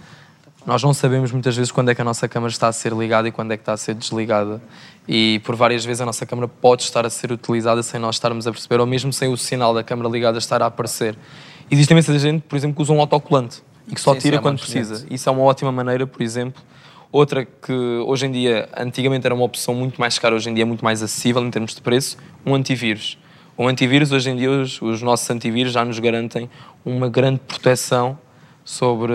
Nós não sabemos muitas vezes quando é que a nossa câmara está a ser ligada e quando é que está a ser desligada. E por várias vezes a nossa câmara pode estar a ser utilizada sem nós estarmos a perceber, ou mesmo sem o sinal da câmara ligada estar a aparecer. Existe imensa gente, por exemplo, que usa um autocolante e que só tira quando precisa. Isso é uma ótima maneira, por exemplo. Outra que hoje em dia, antigamente era uma opção muito mais cara, hoje em dia é muito mais acessível em termos de preço, um antivírus. Um antivírus, hoje em dia, os nossos antivírus já nos garantem uma grande proteção sobre,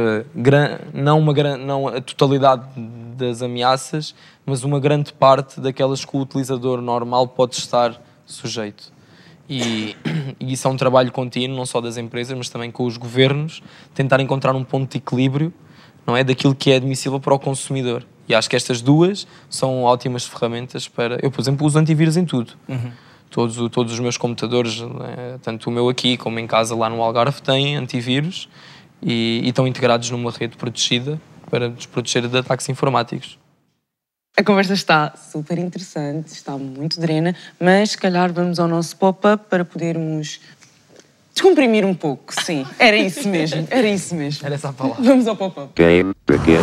não a totalidade das ameaças, mas uma grande parte daquelas que o utilizador normal pode estar sujeito. E isso é um trabalho contínuo, não só das empresas, mas também com os governos, tentar encontrar um ponto de equilíbrio, não é, daquilo que é admissível para o consumidor. E acho que estas 2 são ótimas ferramentas para... Eu, por exemplo, uso antivírus em tudo. Todos os meus computadores, tanto o meu aqui como em casa lá no Algarve, têm antivírus e estão integrados numa rede protegida para nos proteger de ataques informáticos. A conversa está super interessante, está muito drena, mas se calhar vamos ao nosso pop-up para podermos descomprimir um pouco. Sim, era isso mesmo. Era essa a palavra. Vamos ao pop-up. Game begin.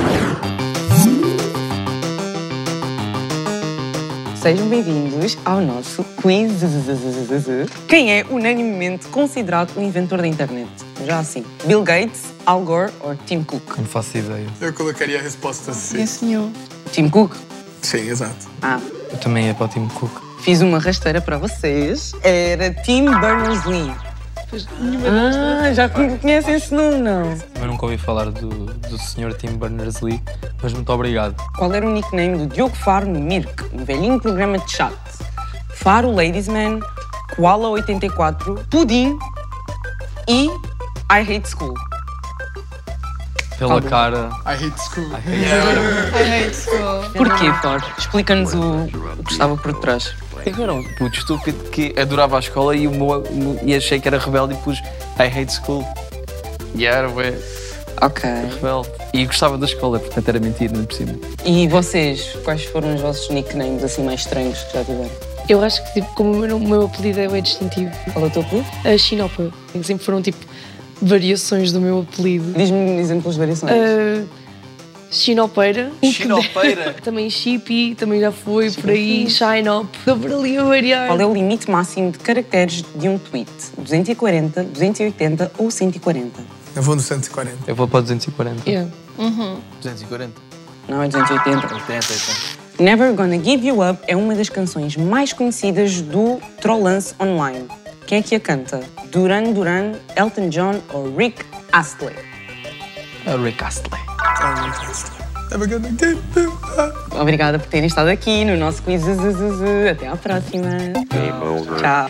Sejam bem-vindos ao nosso quiz. Quem é unanimemente considerado o inventor da internet? Já assim, Bill Gates, Al Gore ou Tim Cook? Não faço ideia. Eu colocaria a resposta C. Sim, senhor. Tim Cook? Sim, exato. Eu também ia para o Tim Cook. Fiz uma rasteira para vocês. Era Tim Berners-Lee. Já conhecem esse nome, não? Eu nunca ouvi falar do Sr. Tim Berners-Lee, mas muito obrigado. Qual era o nickname do Diogo Faro no Mirk, um velhinho programa de chat? Faro Ladiesman, Koala 84, Pudim e I Hate School. Pela cara... I hate school. I hate school. Porquê, Faro? Explica-nos o que estava por trás. Eu era um puto estúpido que adorava a escola e achei que era rebelde e pus I hate school. E era, ué. Ok. Rebelde. E gostava da escola, portanto era mentira, não por cima. E vocês, quais foram os vossos nicknames assim mais estranhos que já tiveram? Eu acho que, tipo, como o meu apelido é distintivo. Qual é o teu apelido? A Chinopa. Sempre foram, tipo, variações do meu apelido. Diz-me exemplos de variações. Chinopeira. Chinopeira? Também Chippy, também já foi por aí. Shinop. Estou por ali a variar. Qual é o limite máximo de caracteres de um tweet? 240, 280 ou 140? Eu vou no 140. Eu vou para 240. Yeah. 240? Não, é 280. 80. Never Gonna Give You Up é uma das canções mais conhecidas do Trollance Online. Quem é que a canta? Duran Duran, Elton John ou Rick Astley? Rick Astley. Never gonna give you up. Obrigada por terem estado aqui no nosso quiz. Até à próxima. Tchau.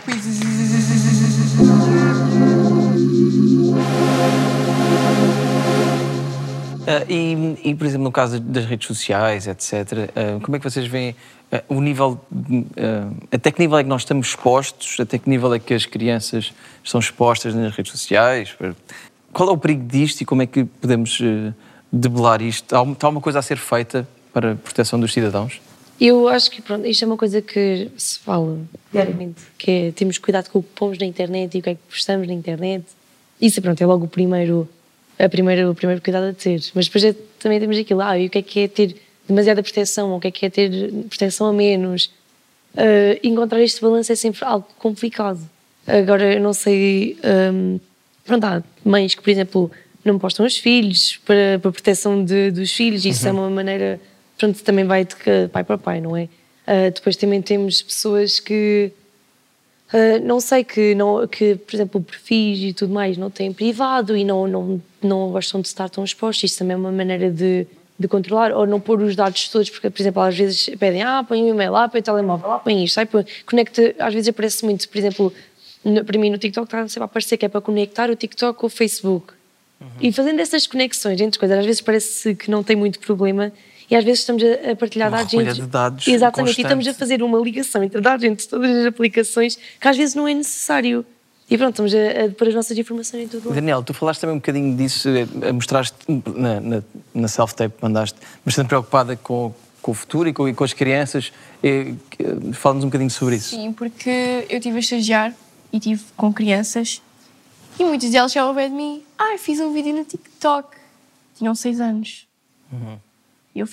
E, por exemplo, no caso das redes sociais, etc., como é que vocês veem o nível, até que nível é que nós estamos expostos, até que nível é que as crianças estão expostas nas redes sociais? Qual é o perigo disto e como é que podemos debelar isto? Há alguma coisa a ser feita para a proteção dos cidadãos? Eu acho que, pronto, isto é uma coisa que se fala diariamente, que é temos cuidado com o que pomos na internet e o que é que postamos na internet. Isso, pronto, é logo o primeiro cuidado a ter. Mas depois também temos aquilo, e o que é ter demasiada proteção, ou o que é ter proteção a menos. Encontrar este balanço é sempre algo complicado. Agora, eu não sei... pronto, há mães que, por exemplo, não postam os filhos para a proteção dos filhos. Isso é uma maneira... Pronto, também vai de pai para pai, não é? Depois também temos pessoas que... não sei, que, por exemplo, perfis e tudo mais não têm privado e não gostam de estar tão expostos. Isso também é uma maneira de controlar, ou não pôr os dados todos, porque, por exemplo, às vezes pedem, põe o e-mail lá, põe o telemóvel lá, põe isto, conecta, às vezes aparece muito, por exemplo, para mim no TikTok está sempre a aparecer que é para conectar o TikTok com o Facebook. E fazendo essas conexões entre coisas, às vezes parece que não tem muito problema e às vezes estamos a partilhar dados entre... de dados Exatamente, constante. E estamos a fazer uma ligação entre dados entre todas as aplicações que às vezes não é necessário. E pronto, estamos a pôr as nossas informações em tudo lá. Daniel, tu falaste também um bocadinho disso, mostraste na self-tape que mandaste, bastante preocupada com o futuro e com as crianças. Fala-nos um bocadinho sobre isso. Sim, porque eu estive a estagiar e estive com crianças e muitas delas chegavam ao pé de mim, fiz um vídeo no TikTok. Tinham 6 anos. Eu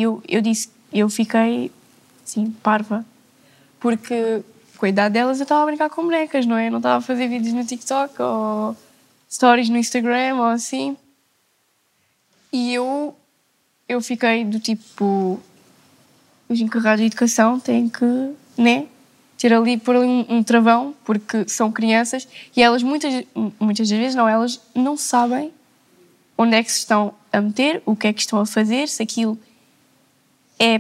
fiquei, assim, parva. Porque, com a idade delas, eu estava a brincar com bonecas, não é? Eu não estava a fazer vídeos no TikTok ou stories no Instagram ou assim. E eu fiquei do tipo... Os encarregados de educação têm que, né? Pôr ali um travão, porque são crianças e elas, muitas das vezes, elas não sabem onde é que se estão a meter, o que é que estão a fazer, se aquilo é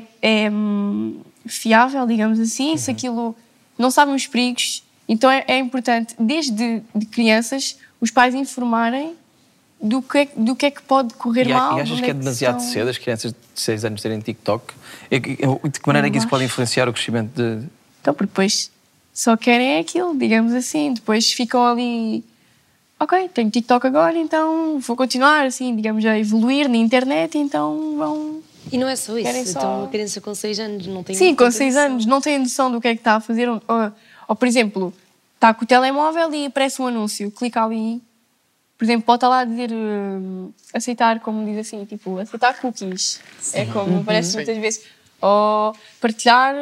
fiável, digamos assim, se aquilo... Não sabem os perigos. Então é importante, desde de crianças, os pais informarem do que é que pode correr mal. E achas que é demasiado cedo as crianças de 6 anos terem TikTok? De que maneira é que isso pode influenciar o crescimento de... Então, porque depois só querem aquilo, digamos assim. Depois ficam ali... Ok, tenho TikTok agora, então vou continuar, assim, digamos, a evoluir na internet, então vão... E não é só isso. Então, uma criança com 6 anos não tem... Sim, com 6 anos não tem noção do que é que está a fazer. Ou, por exemplo, está com o telemóvel e aparece um anúncio. Clica ali. Por exemplo, pode estar lá a dizer... aceitar, como diz assim, tipo, aceitar cookies. Sim. É como aparece muitas vezes. Ou partilhar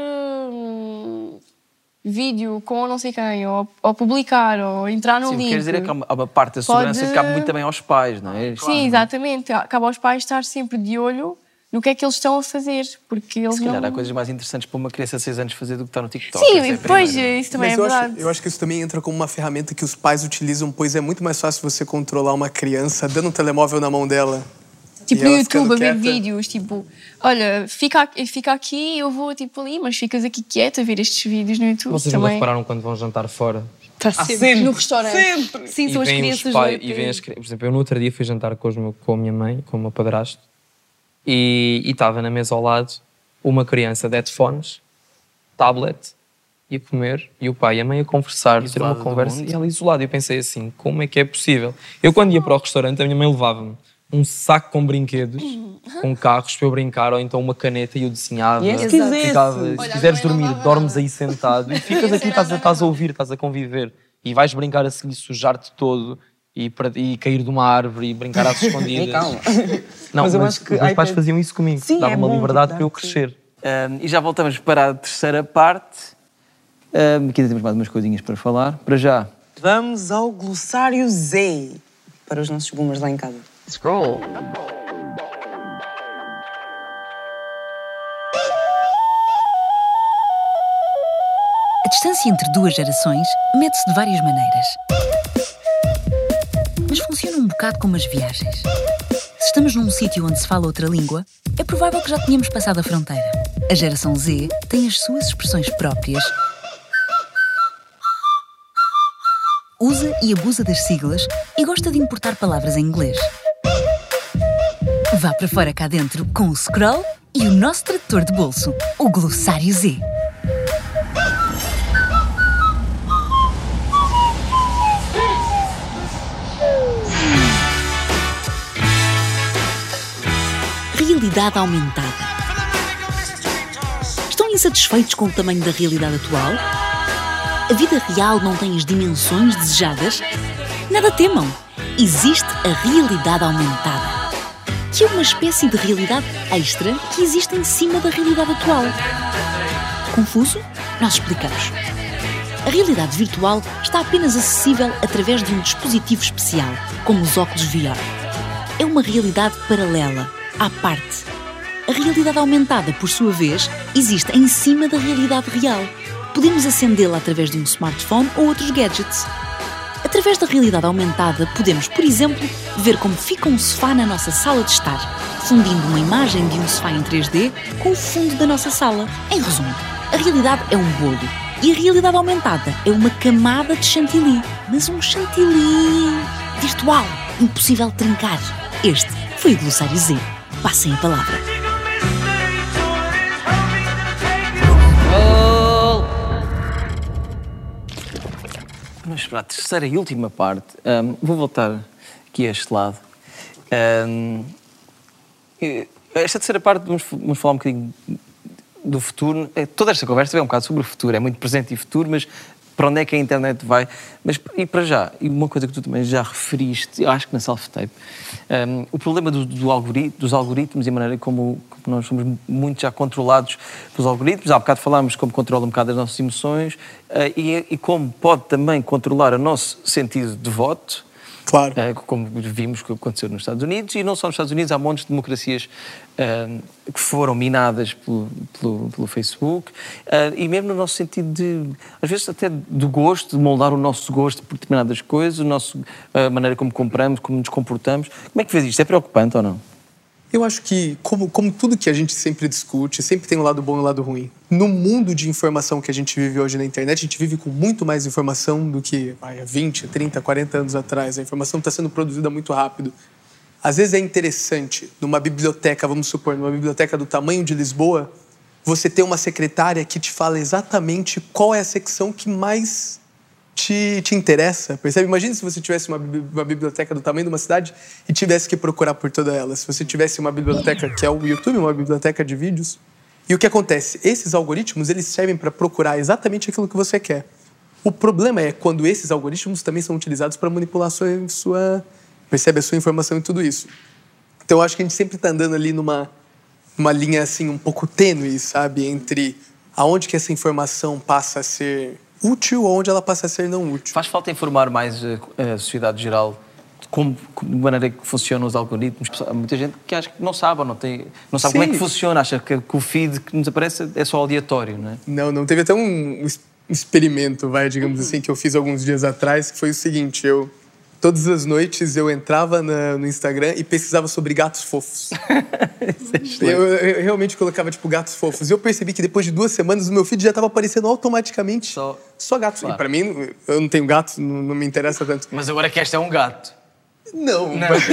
vídeo com não sei quem, ou publicar, ou entrar no link. Quer dizer é que há uma parte da segurança que cabe muito também aos pais, não é? Sim, exatamente. Cabe aos pais estar sempre de olho no que é que eles estão a fazer, porque eles se calhar há coisas mais interessantes para uma criança de 6 anos fazer do que estar no TikTok. Sim, e depois isso também é verdade. Eu acho que isso também entra como uma ferramenta que os pais utilizam, pois é muito mais fácil você controlar uma criança dando um telemóvel na mão dela. Tipo no YouTube, a ver vídeos, tipo, olha, fica aqui, eu vou tipo ali, mas ficas aqui quieta a ver estes vídeos no YouTube. Vocês também. não repararam quando vão jantar fora? Está sempre no restaurante. Sempre. Sim, são as crianças. E vêm as crianças. Por exemplo, eu no outro dia fui jantar com a minha mãe, com o meu padrasto, e estava na mesa ao lado uma criança de headphones, tablet, e a comer, e o pai e a mãe a conversar, ter uma conversa, e ela isolada. Eu pensei assim, como é que é possível? Eu quando ia para o restaurante, a minha mãe levava-me. um saco com brinquedos, com carros para eu brincar, ou então uma caneta e eu desenhava. E se quiseres dormir, dormes aí sentado e ficas aqui, estás a ouvir, estás a conviver. E vais brincar a seguir, sujar-te todo e cair de uma árvore e brincar às escondidas. Calma. Não, mas eu acho que os meus pais faziam isso comigo. Sim, Dava uma bom, liberdade para eu crescer. E já voltamos para a terceira parte. Aqui ainda temos mais umas coisinhas para falar. Para já. Vamos ao glossário Z para os nossos boomers lá em casa. Scroll. A distância entre duas gerações mede-se de várias maneiras. Mas funciona um bocado como as viagens. Se estamos num sítio onde se fala outra língua, é provável que já tenhamos passado a fronteira. A geração Z tem as suas expressões próprias, usa e abusa das siglas e gosta de importar palavras em inglês. Vá para fora cá dentro com o Scroll e o nosso tradutor de bolso, o Glossário Z. Realidade aumentada. Estão insatisfeitos com o tamanho da realidade atual? A vida real não tem as dimensões desejadas? Nada temam! Existe a realidade aumentada, que é uma espécie de realidade extra que existe em cima da realidade atual. Confuso? Nós explicamos. A realidade virtual está apenas acessível através de um dispositivo especial, como os óculos VR. É uma realidade paralela, à parte. A realidade aumentada, por sua vez, existe em cima da realidade real. Podemos acendê-la através de um smartphone ou outros gadgets. Através da realidade aumentada, podemos, por exemplo, ver como fica um sofá na nossa sala de estar, fundindo uma imagem de um sofá em 3D com o fundo da nossa sala. Em resumo, a realidade é um bolo e a realidade aumentada é uma camada de chantilly, mas um chantilly virtual, impossível de trincar. Este foi o Glossário Z. Passem a palavra. Vamos para a terceira e última parte. Vou voltar aqui a este lado. Esta terceira parte vamos falar um bocadinho do futuro. Toda esta conversa é um bocado sobre o futuro. É muito presente e futuro, mas para onde é que a internet vai? Mas, e para já, e uma coisa que tu também já referiste, eu acho que na self-tape, o problema dos algoritmos e a maneira como nós somos muito já controlados pelos algoritmos. Há bocado falámos como controla um bocado as nossas emoções e como pode também controlar o nosso sentido de voto. Claro. Como vimos que aconteceu nos Estados Unidos, e não só nos Estados Unidos, há montes de democracias que foram minadas pelo Facebook, e mesmo no nosso sentido de, às vezes até do gosto, de moldar o nosso gosto por determinadas coisas, a maneira como compramos, como nos comportamos. Como é que vês isto? É preocupante ou não? Eu acho que, como tudo que a gente sempre discute, sempre tem um lado bom e um lado ruim. No mundo de informação que a gente vive hoje na internet, a gente vive com muito mais informação do que há 20, 30, 40 anos atrás. A informação está sendo produzida muito rápido. Às vezes é interessante, numa biblioteca, vamos supor, numa biblioteca do tamanho de Lisboa, você ter uma secretária que te fala exatamente qual é a secção que mais te interessa, percebe? Imagina se você tivesse uma biblioteca do tamanho de uma cidade e tivesse que procurar por toda ela. Se você tivesse uma biblioteca que é o YouTube, uma biblioteca de vídeos. E o que acontece? Esses algoritmos, eles servem para procurar exatamente aquilo que você quer. O problema é quando esses algoritmos também são utilizados para manipular a sua informação e tudo isso. Então, eu acho que a gente sempre está andando ali numa linha assim um pouco tênue, sabe? Entre aonde que essa informação passa a ser útil ou onde ela passa a ser não útil. Faz falta informar mais a sociedade geral de maneira que funcionam os algoritmos. Há muita gente que acha que não sabe ou não sabe como é que funciona, acha que o feed que nos aparece é só aleatório, não é? Não. Teve até um experimento, digamos assim, que eu fiz alguns dias atrás, que foi o seguinte: todas as noites eu entrava no Instagram e pesquisava sobre gatos fofos. eu realmente colocava, gatos fofos. E eu percebi que depois de 2 semanas o meu feed já estava aparecendo automaticamente só gatos. Claro. E para mim, eu não tenho gato, não me interessa tanto. Mas agora que este é um gato. Não.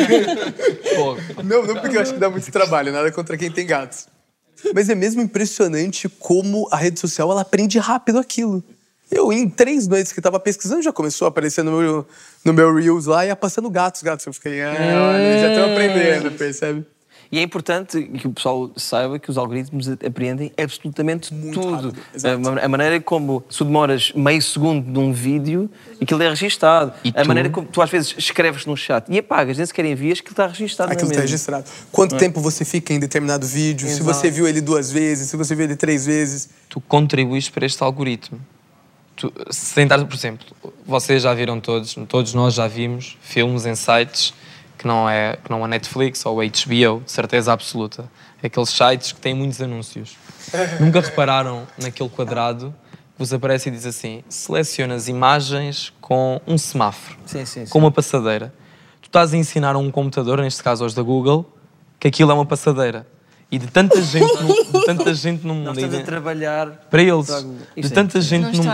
Não, porque eu acho que dá muito trabalho, nada contra quem tem gatos. Mas é mesmo impressionante como a rede social ela aprende rápido aquilo. Eu, em 3 noites que tava pesquisando, já começou a aparecer no meu Reels lá, ia passando gatos. Eu fiquei, olha, já estão aprendendo, percebe? E é importante que o pessoal saiba que os algoritmos apreendem absolutamente tudo. A maneira como, se demoras meio segundo num vídeo, aquilo é registado. A maneira como tu às vezes escreves num chat e apagas, nem sequer envias, aquilo está registado. Aquilo está registrado. Quanto tempo você fica em determinado vídeo, se você viu ele 2 vezes, se você viu ele 3 vezes. Tu contribuis para este algoritmo. Se tentar, por exemplo, vocês já viram todos nós já vimos filmes em sites que não é a Netflix ou a HBO, de certeza absoluta. Aqueles sites que têm muitos anúncios. Nunca repararam naquele quadrado que vos aparece e diz assim: selecionas imagens com um semáforo, com uma passadeira. Tu estás a ensinar a um computador, neste caso aos da Google, que aquilo é uma passadeira. E de tanta gente no mundo... Nós estamos a trabalhar... Para eles. De tanta gente no mundo...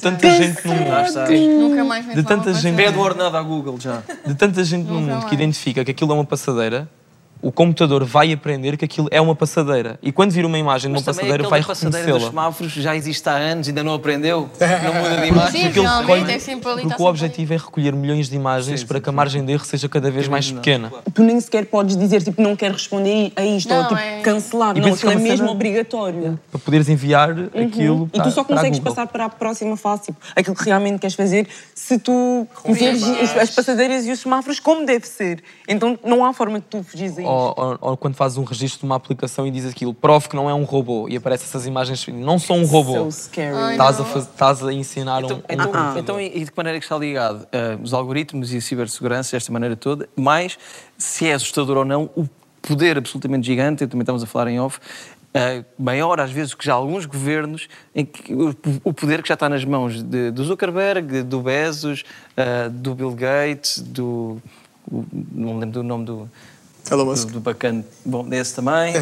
Nunca mais de tanta gente... Pede o ordenado à Google já. De tanta gente no mundo que identifica que aquilo é uma passadeira, o computador vai aprender que aquilo é uma passadeira. E quando vir uma imagem de uma passadeira, vai reconhecê-la. Passadeira dos semáforos já existe há anos, ainda não aprendeu? Não muda de imagem? Sim, realmente é sempre ali. Porque o objetivo é recolher milhões de imagens para que a margem de erro seja cada vez mais pequena. Tu nem sequer podes dizer, tipo, não quero responder a isto, ou tipo, cancelar. Não, aquilo é mesmo obrigatório. Para poderes enviar aquilo para E tu só consegues passar para a próxima fase, tipo, aquilo que realmente queres fazer, se tu veres as passadeiras e os semáforos como deve ser. Então não há forma de tu fugires a isso. Ou quando fazes um registro de uma aplicação e diz aquilo, prove que não é um robô, e aparecem essas imagens, não são um robô. Estás a ensinar Então, e de que maneira que está ligado os algoritmos e a cibersegurança, desta maneira toda, mais se é assustador ou não, o poder absolutamente gigante, também estamos a falar em off, maior às vezes que já alguns governos, em que o poder que já está nas mãos do Zuckerberg, do Bezos, do Bill Gates, não me lembro do nome do bacana, bom, desse também.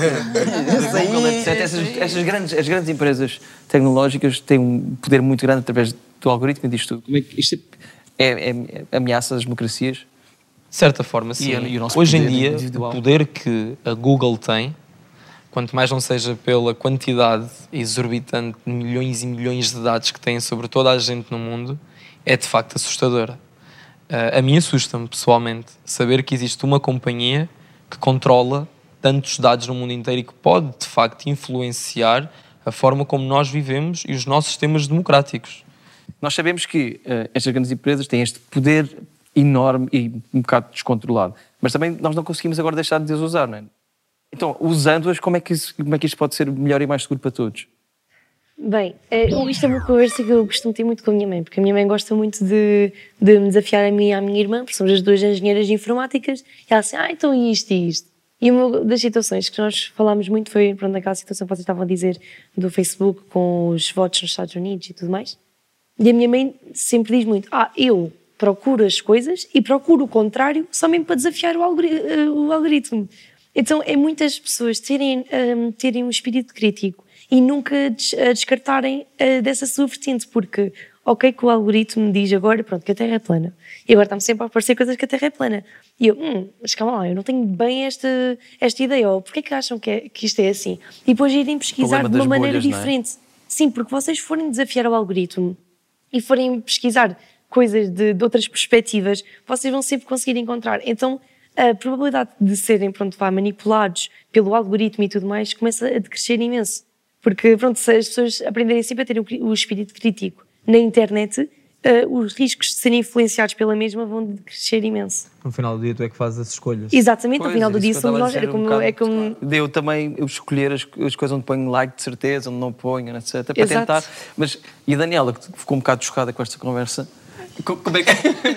As grandes empresas tecnológicas têm um poder muito grande através do algoritmo e disto tudo. Como é que isto ameaça as democracias? De certa forma, sim. Hoje em dia, o poder que a Google tem, quanto mais não seja pela quantidade exorbitante de milhões e milhões de dados que têm sobre toda a gente no mundo, é de facto assustadora. A mim assusta-me, pessoalmente, saber que existe uma companhia que controla tantos dados no mundo inteiro e que pode, de facto, influenciar a forma como nós vivemos e os nossos sistemas democráticos. Nós sabemos que estas grandes empresas têm este poder enorme e um bocado descontrolado, mas também nós não conseguimos agora deixar de as usar, não é? Então, usando-as, como é que isto pode ser melhor e mais seguro para todos? Bem, isto é uma conversa que eu costumo ter muito com a minha mãe, porque a minha mãe gosta muito de me desafiar a mim e à minha irmã, porque somos as duas engenheiras de informáticas, e ela assim, então isto e isto. E uma das situações que nós falámos muito foi, pronto, aquela situação que vocês estavam a dizer do Facebook com os votos nos Estados Unidos e tudo mais. E a minha mãe sempre diz muito, eu procuro as coisas e procuro o contrário só mesmo para desafiar o algoritmo. Então é muitas pessoas terem um espírito crítico e nunca descartarem dessa sua vertente, porque, ok, que o algoritmo diz agora, pronto, que a Terra é plana. E agora está-me sempre a aparecer coisas que a Terra é plana. E eu, mas calma lá, eu não tenho bem esta ideia, ou porquê que acham que isto é assim? E depois irem pesquisar de uma maneira diferente. Sim, porque vocês forem desafiar o algoritmo e forem pesquisar coisas de outras perspectivas, vocês vão sempre conseguir encontrar. Então, a probabilidade de serem, manipulados pelo algoritmo e tudo mais começa a decrescer imenso. Porque, se as pessoas aprenderem sempre a ter o espírito crítico na internet, os riscos de serem influenciados pela mesma vão decrescer imenso. No final do dia tu é que fazes as escolhas. Exatamente, no final do dia somos nós. Eu também escolher as coisas onde ponho like de certeza, onde não ponho, etc. Para tentar. Mas, e a Daniela, que ficou um bocado chocada com esta conversa, como é que...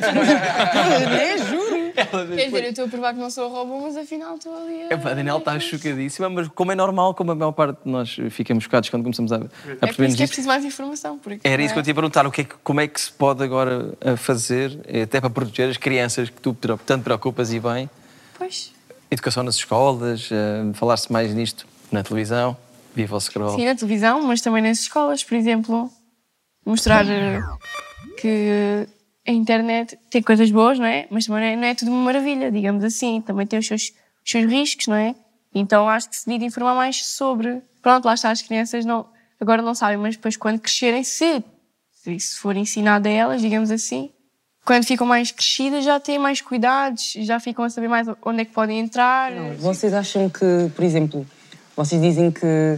Juro! Quer dizer, eu estou a provar que não sou robô, mas afinal estou ali a... A Daniela está chocadíssima, mas como é normal, como a maior parte de nós ficamos chocados quando começamos a perceber isso. É preciso mais informação. Era isso que eu te ia perguntar, como é que se pode agora fazer, até para proteger as crianças que tu tanto preocupas e bem? Pois. Educação nas escolas, falar-se mais nisto na televisão, viva o scroll. Sim, na televisão, mas também nas escolas, por exemplo, mostrar que... A internet tem coisas boas, não é? Mas também não é tudo uma maravilha, digamos assim. Também tem os seus riscos, não é? Então acho que se devia informar mais sobre... Pronto, lá está, as crianças agora não sabem, mas depois quando crescerem, se isso for ensinado a elas, digamos assim, quando ficam mais crescidas já têm mais cuidados, já ficam a saber mais onde é que podem entrar. Não, vocês acham que, por exemplo, vocês dizem que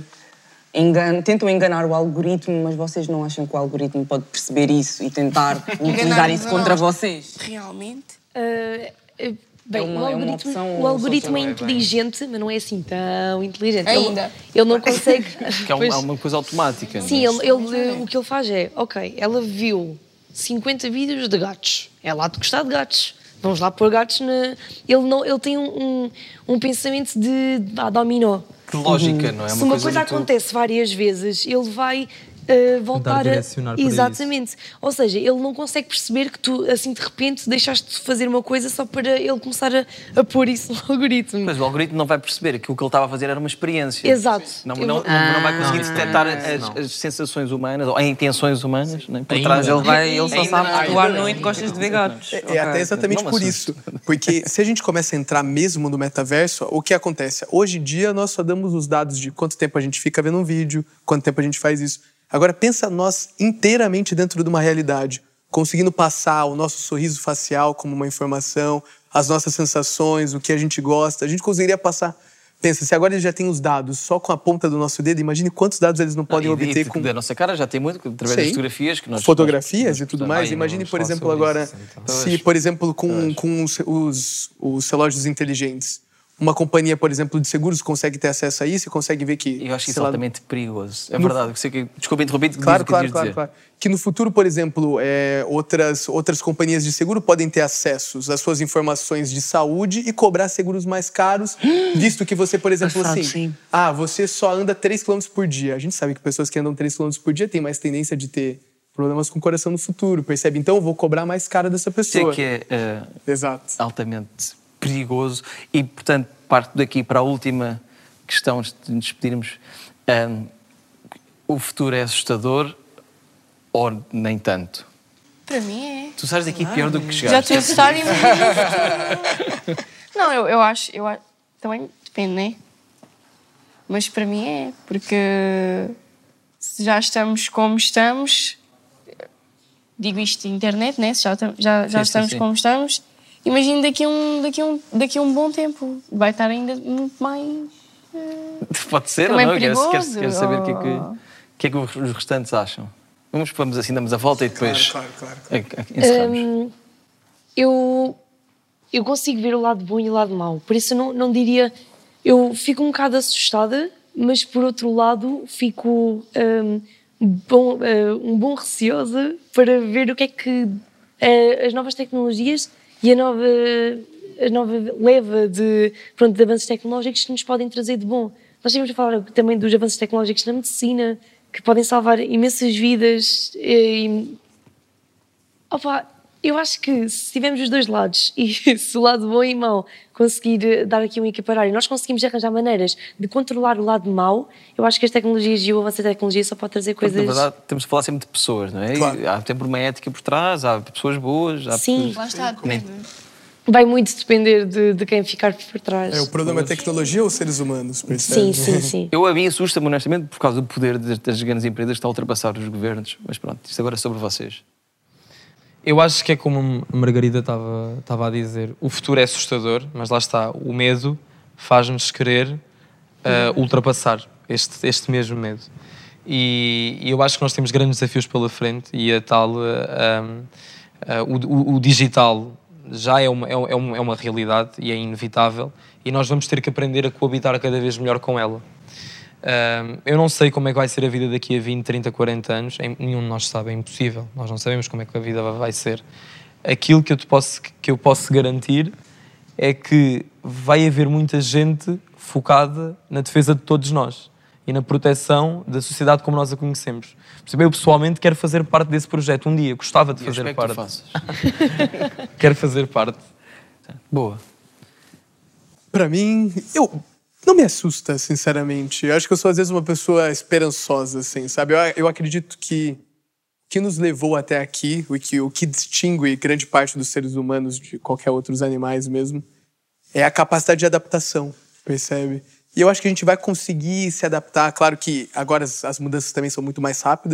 tentam enganar o algoritmo, mas vocês não acham que o algoritmo pode perceber isso e tentar utilizar isso contra vocês? Realmente? Bem, o algoritmo é inteligente, mas não é assim tão inteligente. Ainda. Ele não consegue... Que é uma coisa automática. Sim, o que ele faz é, ok, ela viu 50 vídeos de gatos. Ela há de gostar de gatos. Vamos lá pôr gatos na... Ele tem um pensamento de dominó. De lógica, não é? Se uma coisa acontece várias vezes, ele vai voltar a direcionar para exatamente. Isso. Ou seja, ele não consegue perceber que tu, assim, de repente, deixaste de fazer uma coisa só para ele começar a pôr isso no algoritmo. Mas o algoritmo não vai perceber que o que ele estava a fazer era uma experiência. Exato. Não vai conseguir detectar as sensações humanas ou as intenções humanas. Né? Por trás ele só sabe que tu à noite gostas de ver gatos. É até exatamente por isso. Porque se a gente começa a entrar mesmo no metaverso, o que acontece? Hoje em dia nós só damos os dados de quanto tempo a gente fica vendo um vídeo, quanto tempo a gente faz isso. Agora pensa nós inteiramente dentro de uma realidade, conseguindo passar o nosso sorriso facial como uma informação, as nossas sensações, o que a gente gosta. A gente conseguiria passar... Pensa, se agora eles já têm os dados só com a ponta do nosso dedo, imagine quantos dados eles não podem obter com... Da nossa cara já tem muito, através das fotografias que nós... Fotografias e tudo mais. Imagine, por exemplo, agora, se, por exemplo, com os relógios inteligentes, uma companhia, por exemplo, de seguros consegue ter acesso a isso e consegue ver que... Eu acho isso altamente perigoso. É verdade. Desculpa interromper, claro. Que no futuro, por exemplo, outras companhias de seguro podem ter acessos às suas informações de saúde e cobrar seguros mais caros, visto que você, por exemplo, você só anda 3 km por dia. A gente sabe que pessoas que andam 3 km por dia têm mais tendência de ter problemas com o coração no futuro, percebe? Então eu vou cobrar mais caro dessa pessoa. Sei que é Exato. Altamente perigoso e, portanto, parto daqui para a última questão antes de nos despedirmos. O futuro é assustador ou nem tanto? Para mim é. Tu sais daqui pior do que chegaste. Já estou a estar em futuro. Não, eu acho... Também depende, né? Mas para mim é, porque se já estamos como estamos, digo isto de internet, né? Se já estamos como estamos, imagino daqui a um bom tempo vai estar ainda muito mais... Pode ser ou não? Quero saber o que é que os restantes acham. Vamos assim, damos a volta e depois... Claro. Encerramos. Eu consigo ver o lado bom e o lado mau. Por isso eu não diria... Eu fico um bocado assustada, mas por outro lado fico um bom receosa para ver o que é que as novas tecnologias e a nova leva de avanços tecnológicos que nos podem trazer de bom. Nós temos a falar também dos avanços tecnológicos na medicina, que podem salvar imensas vidas. Eu acho que se tivermos os dois lados e se o lado bom e mau conseguir dar aqui um equiparar e nós conseguimos arranjar maneiras de controlar o lado mau, eu acho que as tecnologias e o avanço da tecnologia só pode trazer coisas... Na verdade, temos de falar sempre de pessoas, não é? Claro. Há sempre uma ética por trás, há pessoas boas... Sim. Lá está, depende. Vai muito depender de quem ficar por trás. O problema é a tecnologia ou os seres humanos, percebe? Sim. Eu a mim assusta-me, honestamente, por causa do poder das grandes empresas que está a ultrapassar os governos. Mas pronto, isto agora é sobre vocês. Eu acho que é como a Margarida estava a dizer. O futuro é assustador, mas lá está. O medo faz-nos querer ultrapassar este mesmo medo. E eu acho que nós temos grandes desafios pela frente e a tal... o digital já é uma realidade e é inevitável e nós vamos ter que aprender a coabitar cada vez melhor com ela. Eu não sei como é que vai ser a vida daqui a 20, 30, 40 anos. Nenhum de nós sabe, é impossível. Nós não sabemos como é que a vida vai ser. Aquilo que eu posso garantir é que vai haver muita gente focada na defesa de todos nós e na proteção da sociedade como nós a conhecemos. Eu pessoalmente quero fazer parte desse projeto um dia. Gostava de fazer parte. Quero fazer parte. Boa. Para mim, não me assusta, sinceramente. Eu acho que eu sou, às vezes, uma pessoa esperançosa, assim, sabe? Eu acredito que o que nos levou até aqui, o que distingue grande parte dos seres humanos de qualquer outros animais mesmo, é a capacidade de adaptação, percebe? E eu acho que a gente vai conseguir se adaptar. Claro que agora as mudanças também são muito mais rápidas,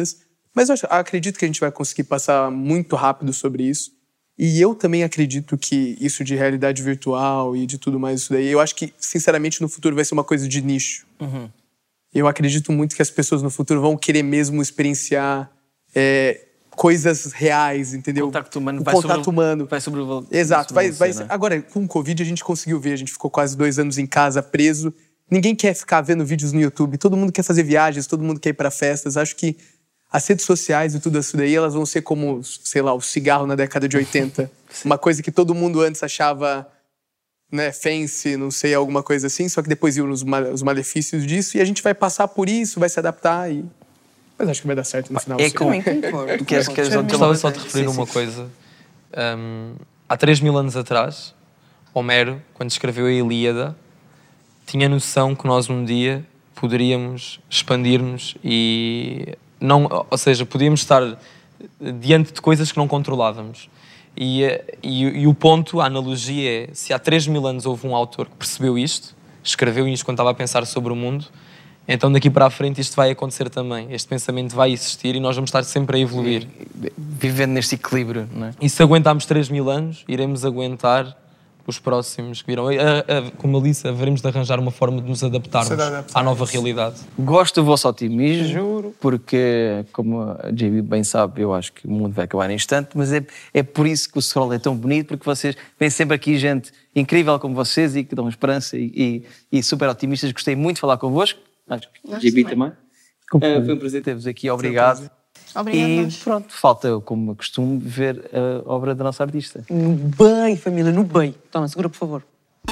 Mas eu acredito que a gente vai conseguir passar muito rápido sobre isso. E eu também acredito que isso de realidade virtual e de tudo mais isso daí, eu acho que, sinceramente, no futuro vai ser uma coisa de nicho. Eu acredito muito que as pessoas no futuro vão querer mesmo experienciar coisas reais, entendeu? Contato humano. Vai sobrevoar. Exato. Vai, né? Agora, com o Covid, a gente conseguiu ver. A gente ficou quase 2 anos em casa, preso. Ninguém quer ficar vendo vídeos no YouTube. Todo mundo quer fazer viagens, todo mundo quer ir para festas. Acho que as redes sociais e tudo isso daí, elas vão ser como, sei lá, o cigarro na década de 80. Uma coisa que todo mundo antes achava, né, fancy, não sei, alguma coisa assim. Só que depois viu os malefícios disso. E a gente vai passar por isso, vai se adaptar e... Mas acho que vai dar certo no final. Gostava só de referir uma coisa. Há 3.000 anos atrás, Homero, quando escreveu a Ilíada, tinha noção que nós um dia poderíamos expandir-nos e... Não, ou seja, podíamos estar diante de coisas que não controlávamos. E o ponto, a analogia é, se há 3.000 anos houve um autor que percebeu isto, escreveu isto quando estava a pensar sobre o mundo, então daqui para a frente isto vai acontecer também. Este pensamento vai existir e nós vamos estar sempre a evoluir. Vivendo neste equilíbrio, não é? E se aguentarmos 3.000 anos, iremos aguentar os próximos que virão. Como eu disse, haveremos de arranjar uma forma de nos adaptarmos à nova realidade. Gosto do vosso otimismo, juro, porque, como a JB bem sabe, eu acho que o mundo vai acabar em instante, mas é por isso que o Scroll é tão bonito, porque vocês vêm sempre aqui gente incrível como vocês e que dão esperança e super otimistas. Gostei muito de falar convosco. JB também. Foi um prazer ter-vos aqui. Obrigado. Obrigada. E pronto, falta, como costume, ver a obra da nossa artista. No bem, família, no bem. Toma, segura, por favor.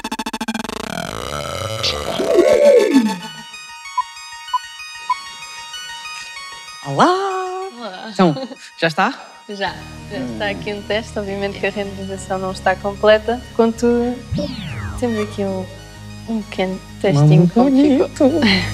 Olá! Então, já está? Já está aqui um teste. Obviamente que a renderização não está completa. Contudo, temos aqui um pequeno testinho de como ficou.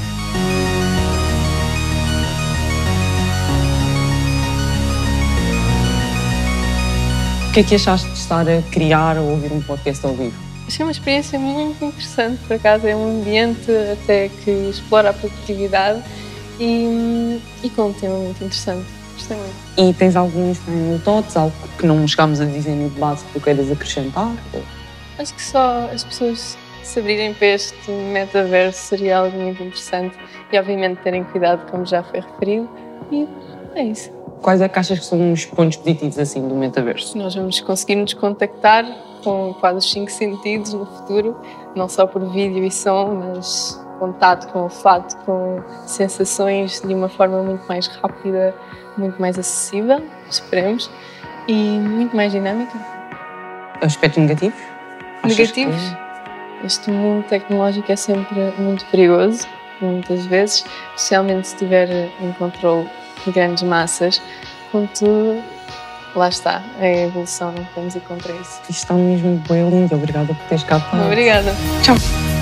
O que é que achaste de estar a criar ou ouvir um podcast ao vivo? Achei uma experiência muito interessante, por acaso é um ambiente até que explora a produtividade e com um tema muito interessante. Gostei muito. E tens algum insight thoughts, algo que não chegámos a dizer no base que tu queiras acrescentar? Acho que só as pessoas se abrirem para este metaverso seria algo muito interessante e obviamente terem cuidado, como já foi referido, e é isso. Quais é que achas que são os pontos positivos assim do metaverso? Nós vamos conseguir nos contactar com quase os 5 sentidos no futuro, não só por vídeo e som, mas contato com olfato, com sensações de uma forma muito mais rápida, muito mais acessível, esperemos, e muito mais dinâmica. Aspectos negativos? Negativos? Este mundo tecnológico é sempre muito perigoso, muitas vezes, especialmente se estiver em controle de grandes massas. Contudo, lá está, é a evolução, não podemos ir contra isso. Isto está mesmo bem lindo, obrigada por teres cá. Obrigada. Tchau.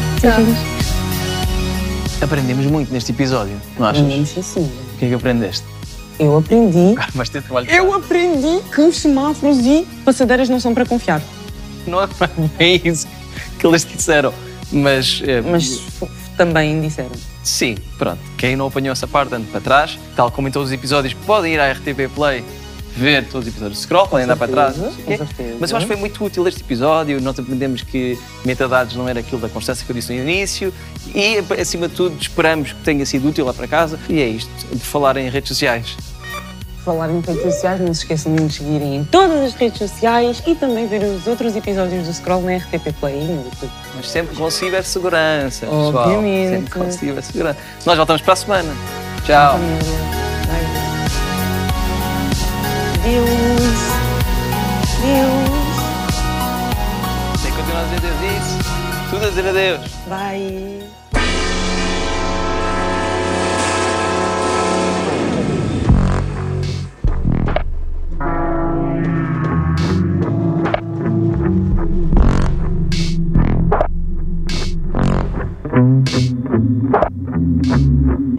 Aprendemos muito neste episódio, não achas? Sim. O que é que aprendeste? Eu aprendi... Vais ter trabalho. Eu aprendi que os semáforos e passadeiras não são para confiar. Não é bem isso que eles disseram, mas também disseram. Sim, pronto. Quem não apanhou essa parte, ande para trás. Tal como em todos os episódios, podem ir à RTP Play ver todos os episódios de Scroll, podem andar para trás. Mas eu acho que foi muito útil este episódio. Nós aprendemos que metadados não era aquilo da constância que eu disse no início e, acima de tudo, esperamos que tenha sido útil lá para casa. E é isto, de falar em redes sociais. Falar em redes sociais, não se esqueçam de nos seguirem em todas as redes sociais e também ver os outros episódios do Scroll na RTP Play e no YouTube. Mas sempre com cibersegurança, pessoal. Obviamente. Sempre com cibersegurança. Nós voltamos para a semana. Tchau. Deus. Tem que continuar a dizer Deus isso. Tudo a dizer adeus. Bye. Thank you.